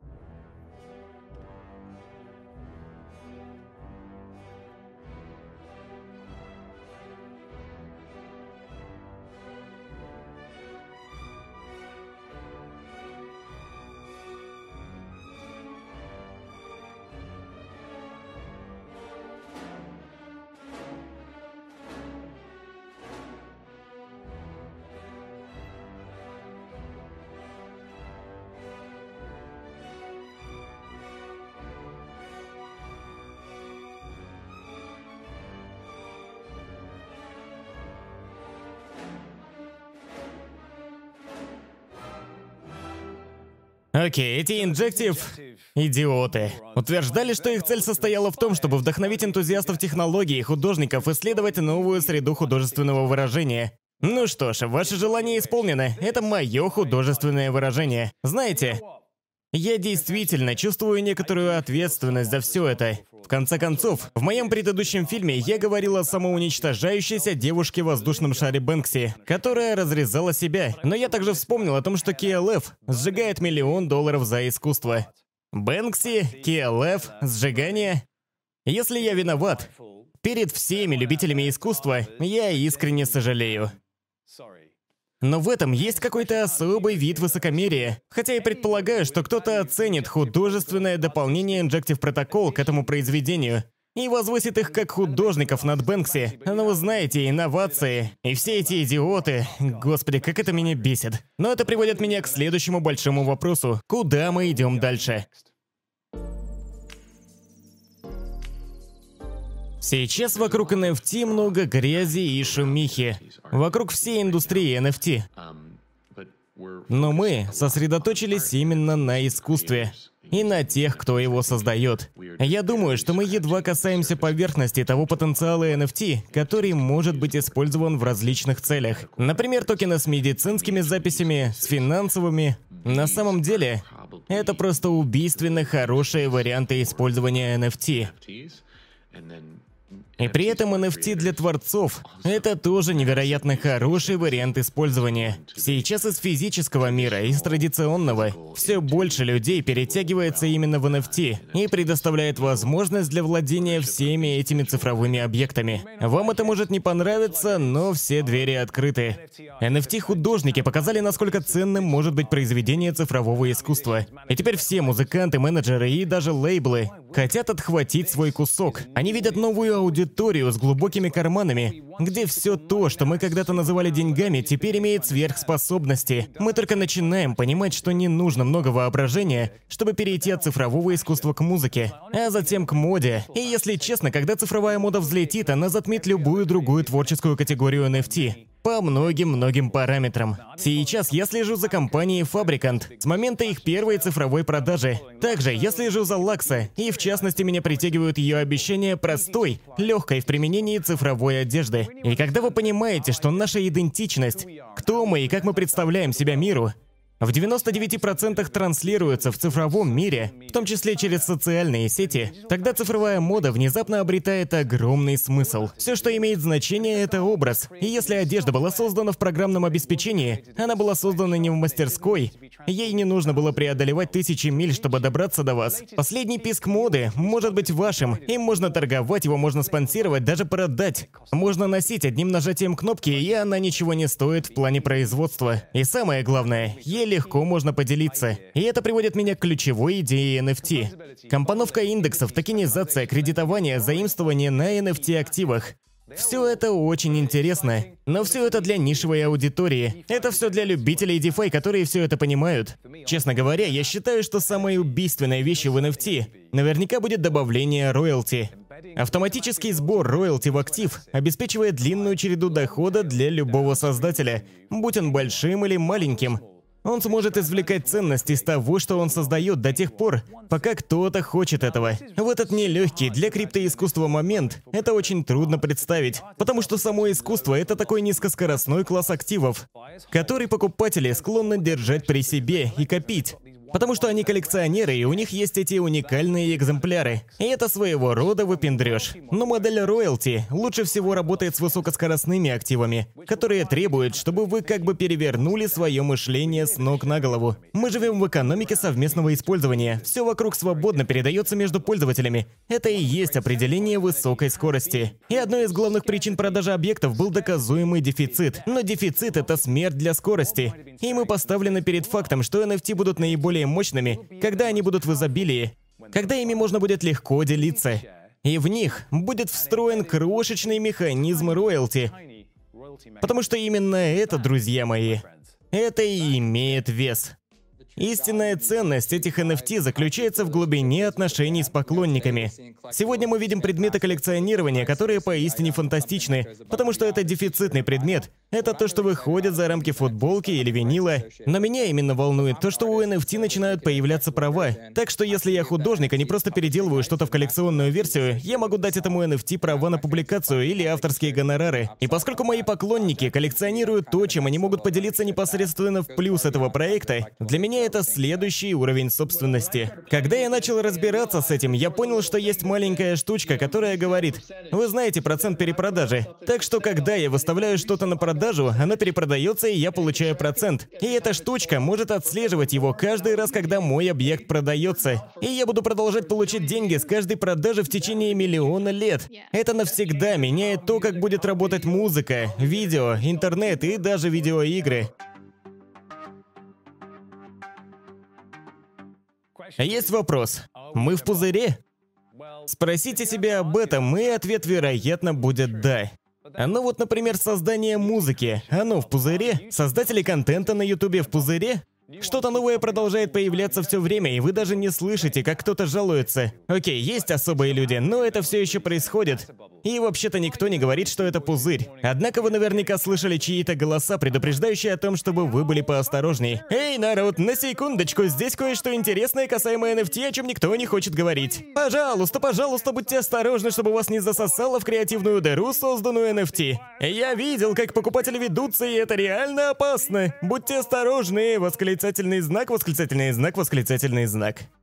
Окей, эти Injective идиоты утверждали, что их цель состояла в том, чтобы вдохновить энтузиастов технологий и художников исследовать новую среду художественного выражения. Ну что ж, ваше желание исполнено. Это мое художественное выражение. Знаете, я действительно чувствую некоторую ответственность за все это. В конце концов, в моем предыдущем фильме я говорил о самоуничтожающейся девушке в воздушном шаре Бэнкси, которая разрезала себя. Но я также вспомнил о том, что KLF сжигает $1 миллион за искусство. Бэнкси, KLF, сжигание. Если я виноват, перед всеми любителями искусства, я искренне сожалею. Но в этом есть какой-то особый вид высокомерия. Хотя я предполагаю, что кто-то оценит художественное дополнение Injective Protocol к этому произведению и возвысит их как художников над Бэнкси. Но вы знаете, инновации и все эти идиоты... Господи, как это меня бесит. Но это приводит меня к следующему большому вопросу. Куда мы идем дальше? Сейчас вокруг NFT много грязи и шумихи. Вокруг всей индустрии NFT. Но мы сосредоточились именно на искусстве и на тех, кто его создает. Я думаю, что мы едва касаемся поверхности того потенциала NFT, который может быть использован в различных целях. Например, токены с медицинскими записями, с финансовыми. На самом деле, это просто убийственно хорошие варианты использования NFT. И при этом NFT для творцов – это тоже невероятно хороший вариант использования. Сейчас из физического мира, из традиционного, все больше людей перетягивается именно в NFT и предоставляет возможность для владения всеми этими цифровыми объектами. Вам это может не понравиться, но все двери открыты. NFT-художники показали, насколько ценным может быть произведение цифрового искусства. И теперь все музыканты, менеджеры и даже лейблы хотят отхватить свой кусок. Они видят новую аудиторию с глубокими карманами, где все то, что мы когда-то называли деньгами, теперь имеет сверхспособности. Мы только начинаем понимать, что не нужно много воображения, чтобы перейти от цифрового искусства к музыке, а затем к моде. И если честно, когда цифровая мода взлетит, она затмит любую другую творческую категорию NFT. По многим параметрам. Сейчас я слежу за компанией Fabricant с момента их первой цифровой продажи. Также я слежу за Лакса, и в частности меня притягивают ее обещания простой, легкой в применении цифровой одежды. И когда вы понимаете, что наша идентичность, кто мы и как мы представляем себя миру, в 99% транслируется в цифровом мире, в том числе через социальные сети, тогда цифровая мода внезапно обретает огромный смысл. Все, что имеет значение, это образ. И если одежда была создана в программном обеспечении, она была создана не в мастерской, ей не нужно было преодолевать тысячи миль, чтобы добраться до вас. Последний писк моды может быть вашим, им можно торговать, его можно спонсировать, даже продать. Можно носить одним нажатием кнопки, и она ничего не стоит в плане производства. И самое главное, ей легко можно поделиться. И это приводит меня к ключевой идее NFT. Компоновка индексов, токенизация, кредитование, заимствование на NFT-активах. Все это очень интересно, но все это для нишевой аудитории. Это все для любителей DeFi, которые все это понимают. Честно говоря, я считаю, что самой убийственной вещью в NFT наверняка будет добавление роялти. Автоматический сбор роялти в актив обеспечивает длинную череду дохода для любого создателя, будь он большим или маленьким. Он сможет извлекать ценность из того, что он создает до тех пор, пока кто-то хочет этого. В этот нелегкий для криптоискусства момент это очень трудно представить, потому что само искусство — это такой низкоскоростной класс активов, который покупатели склонны держать при себе и копить. Потому что они коллекционеры, и у них есть эти уникальные экземпляры. И это своего рода выпендрёж. Но модель роялти лучше всего работает с высокоскоростными активами, которые требуют, чтобы вы как бы перевернули свое мышление с ног на голову. Мы живем в экономике совместного использования. Все вокруг свободно передается между пользователями. Это и есть определение высокой скорости. И одной из главных причин продажи объектов был доказуемый дефицит. Но дефицит — это смерть для скорости. И мы поставлены перед фактом, что NFT будут наиболее мощными, когда они будут в изобилии, когда ими можно будет легко делиться. И в них будет встроен крошечный механизм роялти. Потому что именно это, друзья мои, это и имеет вес. Истинная ценность этих NFT заключается в глубине отношений с поклонниками. Сегодня мы видим предметы коллекционирования, которые поистине фантастичны, потому что это дефицитный предмет. Это то, что выходит за рамки футболки или винила. Но меня именно волнует то, что у NFT начинают появляться права. Так что если я художник, а не просто переделываю что-то в коллекционную версию, я могу дать этому NFT права на публикацию или авторские гонорары. И поскольку мои поклонники коллекционируют то, чем они могут поделиться непосредственно в плюс этого проекта, для меня это следующий уровень собственности. Когда я начал разбираться с этим, я понял, что есть маленькая штучка, которая говорит: вы знаете процент перепродажи. Так что когда я выставляю что-то на продажу, оно перепродается, и я получаю процент. И эта штучка может отслеживать его каждый раз, когда мой объект продается. И я буду продолжать получать деньги с каждой продажи в течение миллиона лет. Это навсегда меняет то, как будет работать музыка, видео, интернет и даже видеоигры. Есть вопрос. Мы в пузыре? Спросите себя об этом, и ответ, вероятно, будет «да». Ну вот, например, создание музыки. Оно в пузыре? Создатели контента на Ютубе в пузыре? Что-то новое продолжает появляться все время, и вы даже не слышите, как кто-то жалуется. Окей, есть особые люди, но это все еще происходит. И вообще-то никто не говорит, что это пузырь. Однако вы наверняка слышали чьи-то голоса, предупреждающие о том, чтобы вы были поосторожней. Эй, народ, на секундочку, здесь кое-что интересное касаемо NFT, о чем никто не хочет говорить. Пожалуйста, пожалуйста, будьте осторожны, чтобы вас не засосало в креативную дыру, созданную NFT. Я видел, как покупатели ведутся, и это реально опасно. Будьте осторожны, восклицательный знак, восклицательный знак, восклицательный знак.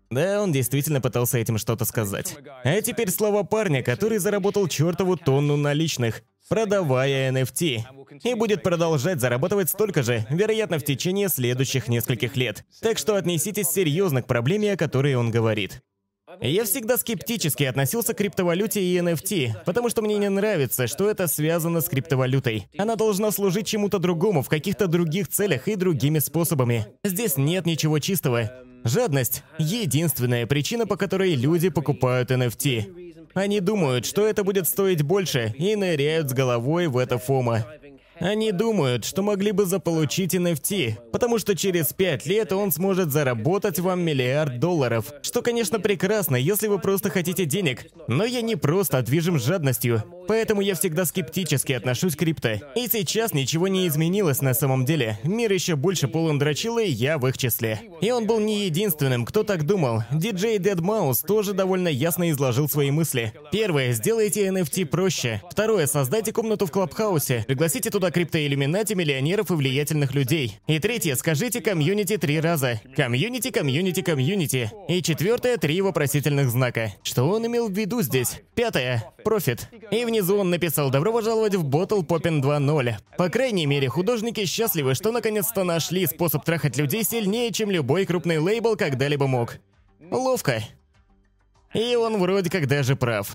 Да, он действительно пытался этим что-то сказать. А теперь слова парня, который заработал чертову тонну наличных, продавая NFT. И будет продолжать зарабатывать столько же, вероятно, в течение следующих нескольких лет. Так что отнеситесь серьезно к проблеме, о которой он говорит. Я всегда скептически относился к криптовалюте и NFT, потому что мне не нравится, что это связано с криптовалютой. Она должна служить чему-то другому в каких-то других целях и другими способами. Здесь нет ничего чистого. Жадность – единственная причина, по которой люди покупают NFT. Они думают, что это будет стоить больше, и ныряют с головой в это фомо. Они думают, что могли бы заполучить NFT, потому что через 5 лет он сможет заработать вам $1 миллиард. Что, конечно, прекрасно, если вы просто хотите денег. Но я не просто движим жадностью, поэтому я всегда скептически отношусь к крипто. И сейчас ничего не изменилось на самом деле. Мир еще больше полон дрочила, и я в их числе. И он был не единственным, кто так думал. Диджей Deadmau5 тоже довольно ясно изложил свои мысли. Первое, сделайте NFT проще. Второе, создайте комнату в Клабхаусе. Пригласите туда криптоиллюминати, миллионеров и влиятельных людей. И третье, скажите комьюнити 3 раза. Комьюнити, комьюнити, комьюнити. И четвертое, 3 вопросительных знака. Что он имел в виду здесь? Пятое, профит. И внизу он написал: добро пожаловать в Bottle Poppin 2.0. По крайней мере, художники счастливы, что наконец-то нашли способ трахать людей сильнее, чем любой крупный лейбл когда-либо мог. Ловко. И он вроде как даже прав.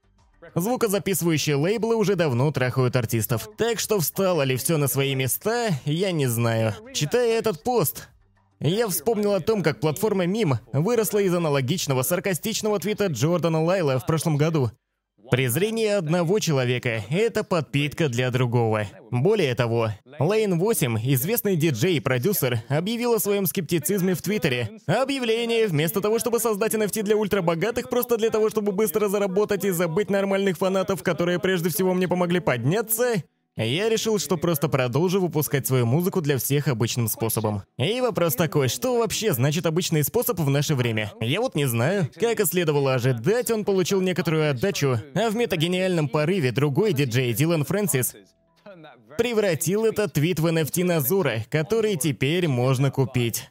Звукозаписывающие лейблы уже давно трахают артистов. Так что встало ли все на свои места, я не знаю. Читая этот пост, я вспомнил о том, как платформа Meme выросла из аналогичного саркастичного твита Джордана Лайла в прошлом году. Презрение одного человека – это подпитка для другого. Более того, Lane 8, известный диджей и продюсер, объявил о своем скептицизме в Твиттере. Объявление: вместо того, чтобы создать NFT для ультрабогатых, просто для того, чтобы быстро заработать и забыть нормальных фанатов, которые прежде всего мне помогли подняться, я решил, что просто продолжу выпускать свою музыку для всех обычным способом. И вопрос такой: что вообще значит обычный способ в наше время? Я вот не знаю. Как и следовало ожидать, он получил некоторую отдачу, а в метагениальном порыве другой диджей, Дилан Фрэнсис, превратил этот твит в NFT Назура, который теперь можно купить.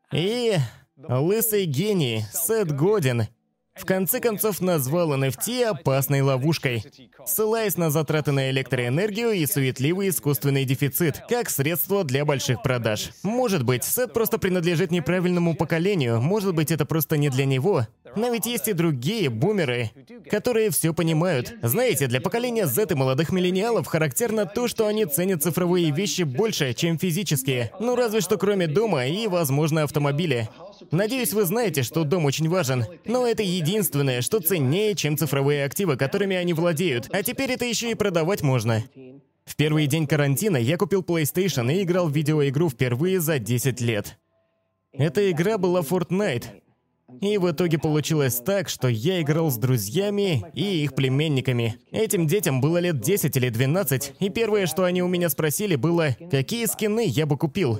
И лысый гений Сет Годин в конце концов назвал NFT опасной ловушкой, ссылаясь на затраты на электроэнергию и суетливый искусственный дефицит, как средство для больших продаж. Может быть, Сет просто принадлежит неправильному поколению, может быть, это просто не для него. Но ведь есть и другие бумеры, которые все понимают. Знаете, для поколения Z и молодых миллениалов характерно то, что они ценят цифровые вещи больше, чем физические. Ну разве что кроме дома и, возможно, автомобиля. Надеюсь, вы знаете, что дом очень важен, но это единственное, что ценнее, чем цифровые активы, которыми они владеют. А теперь это еще и продавать можно. В первый день карантина я купил PlayStation и играл в видеоигру впервые за 10 лет. Эта игра была Fortnite. И в итоге получилось так, что я играл с друзьями и их племянниками. Этим детям было лет 10 или 12, и первое, что они у меня спросили, было: какие скины я бы купил?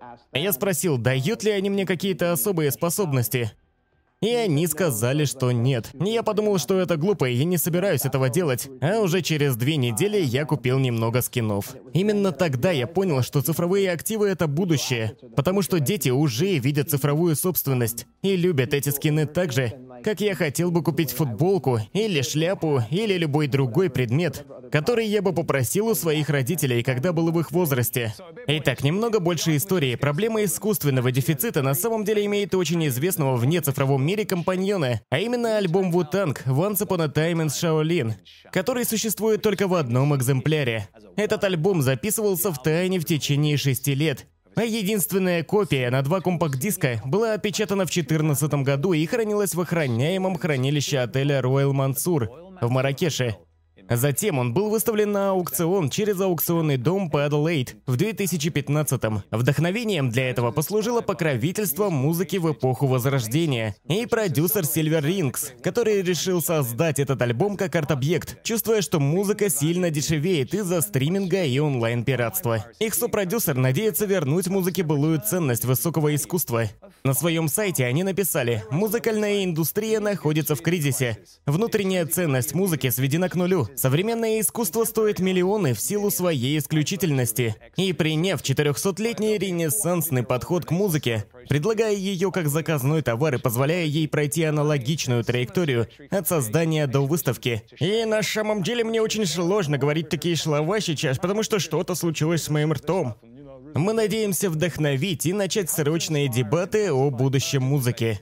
Я спросил, дают ли они мне какие-то особые способности. И они сказали, что нет. Я подумал, что это глупо, и я не собираюсь этого делать. А уже через 2 недели я купил немного скинов. Именно тогда я понял, что цифровые активы — это будущее. Потому что дети уже видят цифровую собственность и любят эти скины так же, как я хотел бы купить футболку, или шляпу, или любой другой предмет, который я бы попросил у своих родителей, когда был в их возрасте. Итак, немного больше истории. Проблема искусственного дефицита на самом деле имеет очень известного вне цифровом мире компаньона, а именно альбом Wu-Tang Once Upon a Time in Shaolin, который существует только в одном экземпляре. Этот альбом записывался в тайне в течение 6 лет. А единственная копия на 2 компакт-диска была отпечатана в 2014 году и хранилась в охраняемом хранилище отеля Royal Mansour в Марракеше. Затем он был выставлен на аукцион через аукционный дом Paddle8 в 2015-м. Вдохновением для этого послужило покровительство музыки в эпоху Возрождения и продюсер Silver Rings, который решил создать этот альбом как арт-объект, чувствуя, что музыка сильно дешевеет из-за стриминга и онлайн-пиратства. Их сопродюсер надеется вернуть музыке былую ценность высокого искусства. На своем сайте они написали: «Музыкальная индустрия находится в кризисе. Внутренняя ценность музыки сведена к нулю. Современное искусство стоит миллионы в силу своей исключительности. И приняв 400-летний ренессансный подход к музыке, предлагая ее как заказной товар и позволяя ей пройти аналогичную траекторию от создания до выставки. И на самом деле мне очень сложно говорить такие слова сейчас, потому что что-то случилось с моим ртом. Мы надеемся вдохновить и начать срочные дебаты о будущем музыки.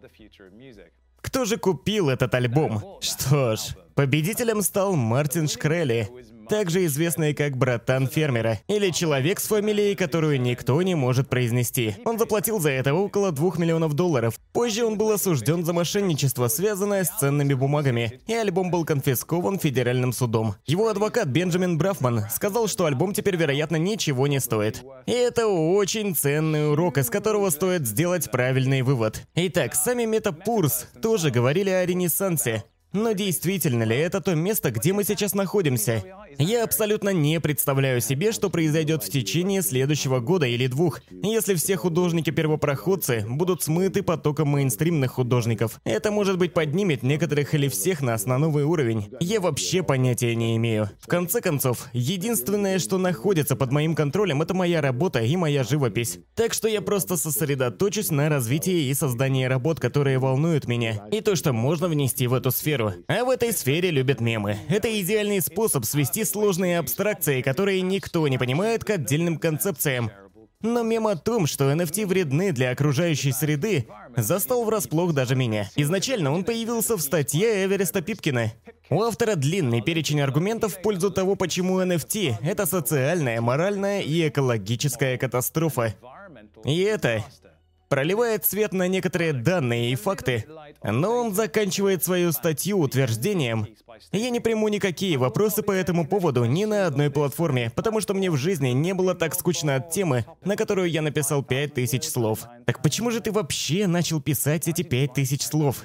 Кто же купил этот альбом? Что ж, победителем стал Мартин Шкрели, также известный как братан фермера, или человек с фамилией, которую никто не может произнести. Он заплатил за это около $2 миллионов. Позже он был осужден за мошенничество, связанное с ценными бумагами, и альбом был конфискован федеральным судом. Его адвокат Бенджамин Брафман сказал, что альбом теперь, вероятно, ничего не стоит. И это очень ценный урок, из которого стоит сделать правильный вывод. Итак, сами Метапурс тоже говорили о Ренессансе. Но действительно ли это то место, где мы сейчас находимся? Я абсолютно не представляю себе, что произойдет в течение следующего года или двух, если все художники-первопроходцы будут смыты потоком мейнстримных художников. Это, может быть, поднимет некоторых или всех нас на новый уровень. Я вообще понятия не имею. В конце концов, единственное, что находится под моим контролем, это моя работа и моя живопись. Так что я просто сосредоточусь на развитии и создании работ, которые волнуют меня, и то, что можно внести в эту сферу. А в этой сфере любят мемы. Это идеальный способ свести сложные абстракции, которые никто не понимает, к отдельным концепциям. Но мем о том, что NFT вредны для окружающей среды, застал врасплох даже меня. Изначально он появился в статье Эвереста Пипкина. У автора длинный перечень аргументов в пользу того, почему NFT – это социальная, моральная и экологическая катастрофа. И это проливает свет на некоторые данные и факты, но он заканчивает свою статью утверждением: «Я не приму никакие вопросы по этому поводу ни на одной платформе, потому что мне в жизни не было так скучно от темы, на которую я написал 5000 слов». Так почему же ты вообще начал писать эти 5000 слов?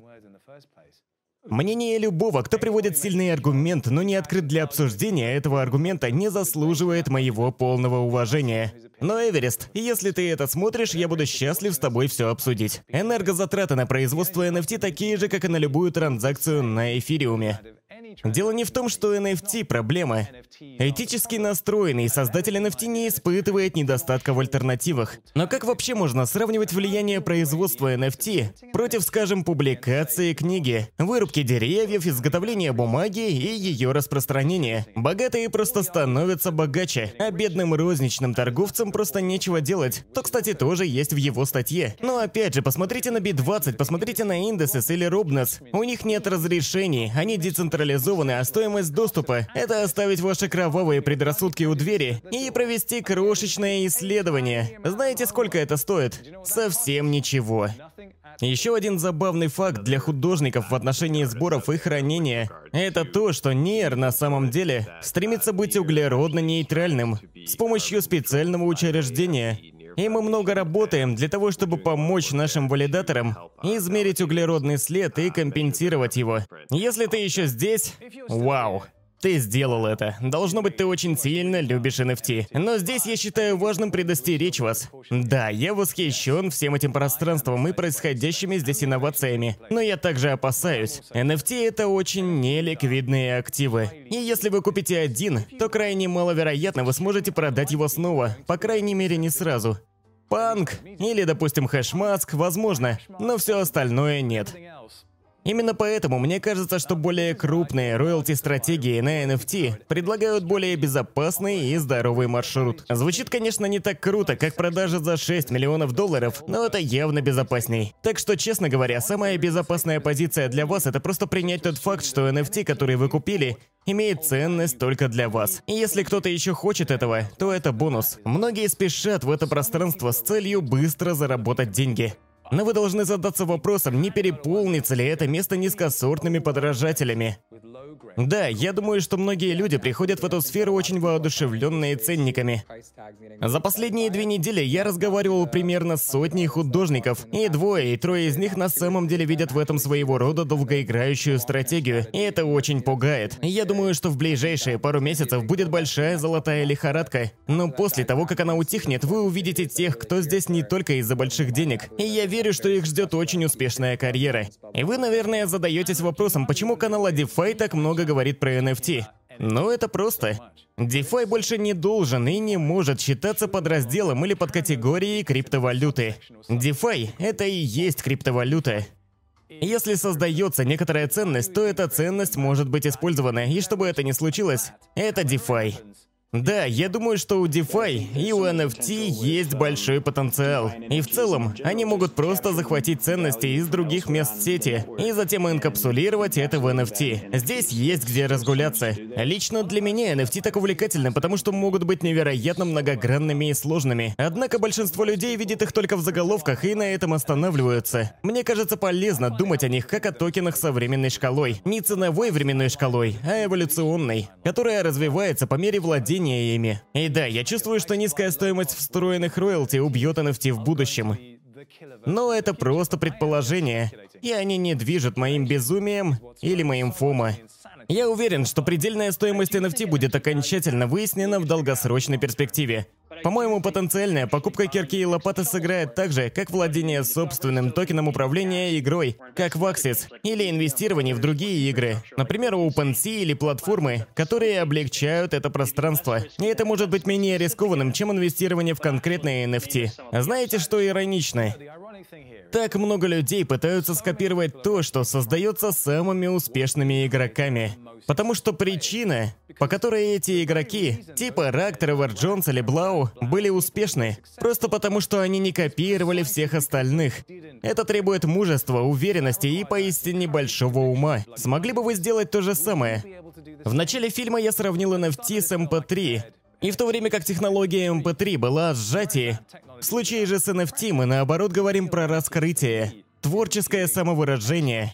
Мнение любого, кто приводит сильный аргумент, но не открыт для обсуждения этого аргумента, не заслуживает моего полного уважения. Но, Эверест, если ты это смотришь, я буду счастлив с тобой все обсудить. Энергозатраты на производство NFT такие же, как и на любую транзакцию на эфириуме. Дело не в том, что NFT – проблема. Этически настроенный создатель NFT не испытывает недостатка в альтернативах. Но как вообще можно сравнивать влияние производства NFT против, скажем, публикации книги, вырубки деревьев, изготовления бумаги и ее распространения? Богатые просто становятся богаче, а бедным розничным торговцам просто нечего делать. То, кстати, тоже есть в его статье. Но опять же, посмотрите на B20, посмотрите на Indices или Robness. У них нет разрешений, они децентрализованы, а стоимость доступа – это оставить ваши кровавые предрассудки у двери и провести крошечное исследование. Знаете, сколько это стоит? Совсем ничего. Еще один забавный факт для художников в отношении сборов и хранения – это то, что Нейр на самом деле стремится быть углеродно-нейтральным с помощью специального учреждения. И мы много работаем для того, чтобы помочь нашим валидаторам измерить углеродный след и компенсировать его. Если ты еще здесь, вау! Ты сделал это. Должно быть, ты очень сильно любишь NFT. Но здесь я считаю важным предостеречь вас. Да, я восхищен всем этим пространством и происходящими здесь инновациями. Но я также опасаюсь. NFT — это очень неликвидные активы. И если вы купите один, то крайне маловероятно вы сможете продать его снова. По крайней мере, не сразу. Панк или, допустим, хэшмаск, возможно, но все остальное нет. Именно поэтому мне кажется, что более крупные роялти-стратегии на NFT предлагают более безопасный и здоровый маршрут. Звучит, конечно, не так круто, как продажа за $6 миллионов, но это явно безопасней. Так что, честно говоря, самая безопасная позиция для вас — это просто принять тот факт, что NFT, который вы купили, имеет ценность только для вас. И если кто-то еще хочет этого, то это бонус. Многие спешат в это пространство с целью быстро заработать деньги. Но вы должны задаться вопросом, не переполнится ли это место низкосортными подражателями. Да, я думаю, что многие люди приходят в эту сферу очень воодушевленные ценниками. За последние 2 недели я разговаривал примерно с сотней художников, и 2 и 3 из них на самом деле видят в этом своего рода долгоиграющую стратегию, и это очень пугает. Я думаю, что в ближайшие пару месяцев будет большая золотая лихорадка, но после того, как она утихнет, вы увидите тех, кто здесь не только из-за больших денег. И я верю, что их ждет очень успешная карьера. И вы, наверное, задаетесь вопросом, почему канал DeFi так много говорит про NFT. Ну, это просто. DeFi больше не должен и не может считаться подразделом или подкатегорией криптовалюты. DeFi — это и есть криптовалюта. Если создается некоторая ценность, то эта ценность может быть использована, и чтобы это не случилось, это DeFi. Да, я думаю, что у DeFi и у NFT есть большой потенциал. И в целом, они могут просто захватить ценности из других мест сети и затем инкапсулировать это в NFT. Здесь есть где разгуляться. Лично для меня NFT так увлекательны, потому что могут быть невероятно многогранными и сложными. Однако большинство людей видит их только в заголовках и на этом останавливаются. Мне кажется полезно думать о них как о токенах со временной шкалой. Не ценовой временной шкалой, а эволюционной, которая развивается по мере владения ими. И да, я чувствую, что низкая стоимость встроенных роялти убьет NFT в будущем. Но это просто предположение, и они не движут моим безумием или моим фомо. Я уверен, что предельная стоимость NFT будет окончательно выяснена в долгосрочной перспективе. По-моему, потенциальная покупка кирки и лопаты сыграет так же, как владение собственным токеном управления игрой, как в Axis, или инвестирование в другие игры. Например, у OpenSea или платформы, которые облегчают это пространство. И это может быть менее рискованным, чем инвестирование в конкретные NFT. Знаете, что иронично? Так много людей пытаются скопировать то, что создается самыми успешными игроками. Потому что причина, по которой эти игроки, типа Рак, Тревор Джонс или Блау, были успешны, просто потому что они не копировали всех остальных. Это требует мужества, уверенности и поистине большого ума. Смогли бы вы сделать то же самое? В начале фильма я сравнил NFT с MP3. И в то время как технология MP3 была о сжатии, в случае же с NFT мы наоборот говорим про раскрытие, творческое самовыражение.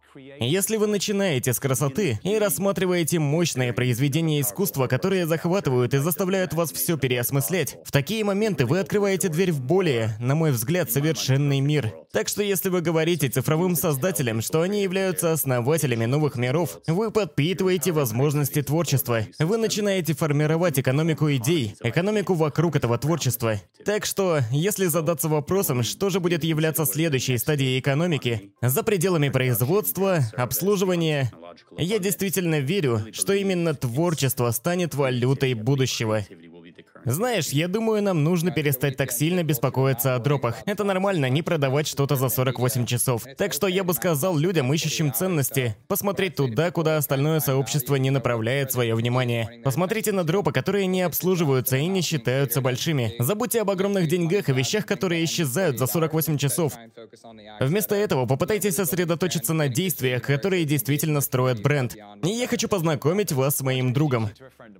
Если вы начинаете с красоты и рассматриваете мощные произведения искусства, которые захватывают и заставляют вас все переосмыслять, в такие моменты вы открываете дверь в более, на мой взгляд, совершенный мир. Так что если вы говорите цифровым создателям, что они являются основателями новых миров, вы подпитываете возможности творчества. Вы начинаете формировать экономику идей, экономику вокруг этого творчества. Так что, если задаться вопросом, что же будет являться следующей стадией экономики, за пределами производства, обслуживания, я действительно верю, что именно творчество станет валютой будущего. Знаешь, я думаю, нам нужно перестать так сильно беспокоиться о дропах. Это нормально, не продавать что-то за 48 часов. Так что я бы сказал людям, ищущим ценности, посмотреть туда, куда остальное сообщество не направляет свое внимание. Посмотрите на дропы, которые не обслуживаются и не считаются большими. Забудьте об огромных деньгах и вещах, которые исчезают за 48 часов. Вместо этого попытайтесь сосредоточиться на действиях, которые действительно строят бренд. И я хочу познакомить вас с моим другом.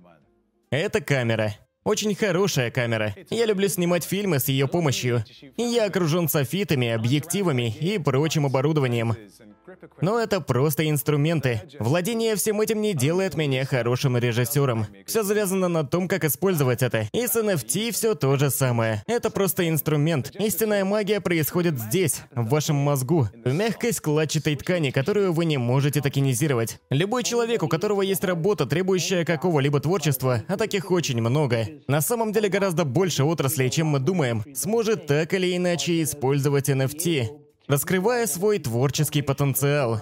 Это камера. Очень хорошая камера. Я люблю снимать фильмы с ее помощью. И я окружен софитами, объективами и прочим оборудованием. Но это просто инструменты. Владение всем этим не делает меня хорошим режиссером. Все завязано на том, как использовать это. И с NFT все то же самое. Это просто инструмент. Истинная магия происходит здесь, в вашем мозгу. В мягкой складчатой ткани, которую вы не можете токенизировать. Любой человек, у которого есть работа, требующая какого-либо творчества, а таких очень много, на самом деле гораздо больше отраслей, чем мы думаем, сможет так или иначе использовать NFT, раскрывая свой творческий потенциал.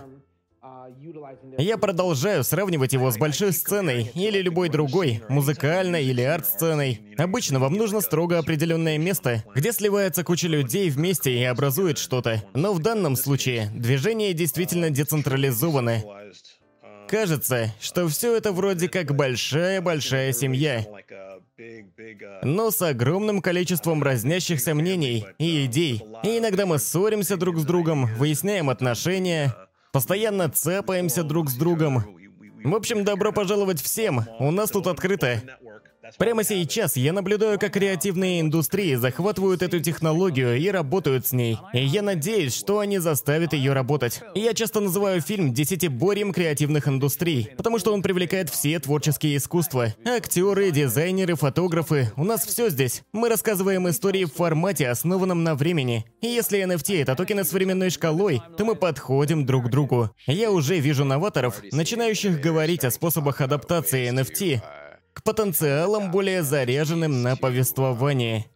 Я продолжаю сравнивать его с большой сценой или любой другой, музыкальной или арт-сценой. Обычно вам нужно строго определенное место, где сливается куча людей вместе и образует что-то. Но в данном случае движение действительно децентрализовано. Кажется, что все это вроде как большая-большая семья, но с огромным количеством разнящихся мнений и идей. И иногда мы ссоримся друг с другом, выясняем отношения, постоянно цапаемся друг с другом. В общем, добро пожаловать всем, у нас тут открыто. Прямо сейчас я наблюдаю, как креативные индустрии захватывают эту технологию и работают с ней. И я надеюсь, что они заставят ее работать. Я часто называю фильм «Десятиборьем креативных индустрий», потому что он привлекает все творческие искусства. Актеры, дизайнеры, фотографы. У нас все здесь. Мы рассказываем истории в формате, основанном на времени. И если NFT — это токены с временной шкалой, то мы подходим друг к другу. Я уже вижу новаторов, начинающих говорить о способах адаптации NFT к потенциалам, более заряженным на повествование.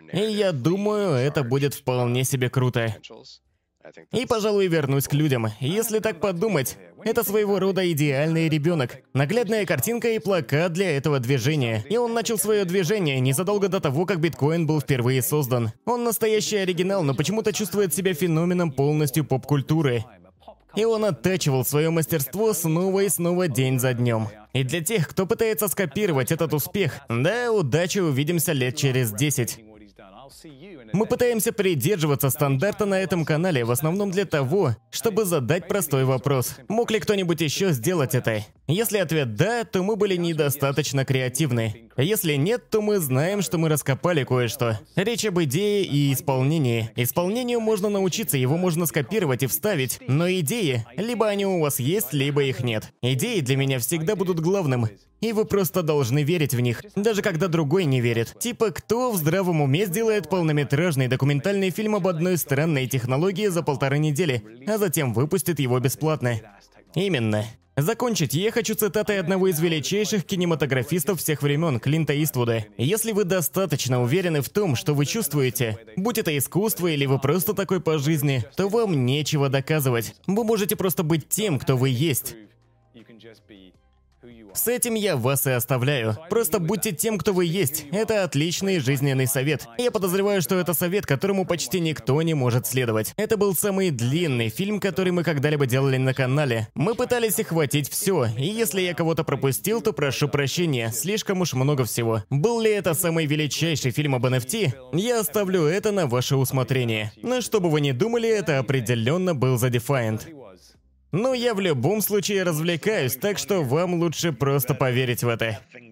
И я думаю, это будет вполне себе круто. И, пожалуй, вернусь к людям. Если так подумать, это своего рода идеальный ребенок. Наглядная картинка и плакат для этого движения. И он начал свое движение незадолго до того, как биткоин был впервые создан. Он настоящий оригинал, но почему-то чувствует себя феноменом полностью поп-культуры. И он оттачивал свое мастерство снова и снова день за днем. И для тех, кто пытается скопировать этот успех, да, удачи, увидимся лет через 10. Мы пытаемся придерживаться стандарта на этом канале в основном для того, чтобы задать простой вопрос. Мог ли кто-нибудь еще сделать это? Если ответ «да», то мы были недостаточно креативны. Если нет, то мы знаем, что мы раскопали кое-что. Речь об идее и исполнении. Исполнению можно научиться, его можно скопировать и вставить. Но идеи, либо они у вас есть, либо их нет. Идеи для меня всегда будут главным. И вы просто должны верить в них, даже когда другой не верит. Типа, кто в здравом уме сделает полнометражный документальный фильм об одной странной технологии за 1,5 недели, а затем выпустит его бесплатно? Именно. Закончить я хочу цитатой одного из величайших кинематографистов всех времен, Клинта Иствуда. Если вы достаточно уверены в том, что вы чувствуете, будь это искусство или вы просто такой по жизни, то вам нечего доказывать. Вы можете просто быть тем, кто вы есть. С этим я вас и оставляю. Просто будьте тем, кто вы есть. Это отличный жизненный совет. Я подозреваю, что это совет, которому почти никто не может следовать. Это был самый длинный фильм, который мы когда-либо делали на канале. Мы пытались охватить все, и если я кого-то пропустил, то прошу прощения, слишком уж много всего. Был ли это самый величайший фильм об NFT? Я оставлю это на ваше усмотрение. Но что бы вы ни думали, это определенно был The Defiant. Но я в любом случае развлекаюсь, так что вам лучше просто поверить в это.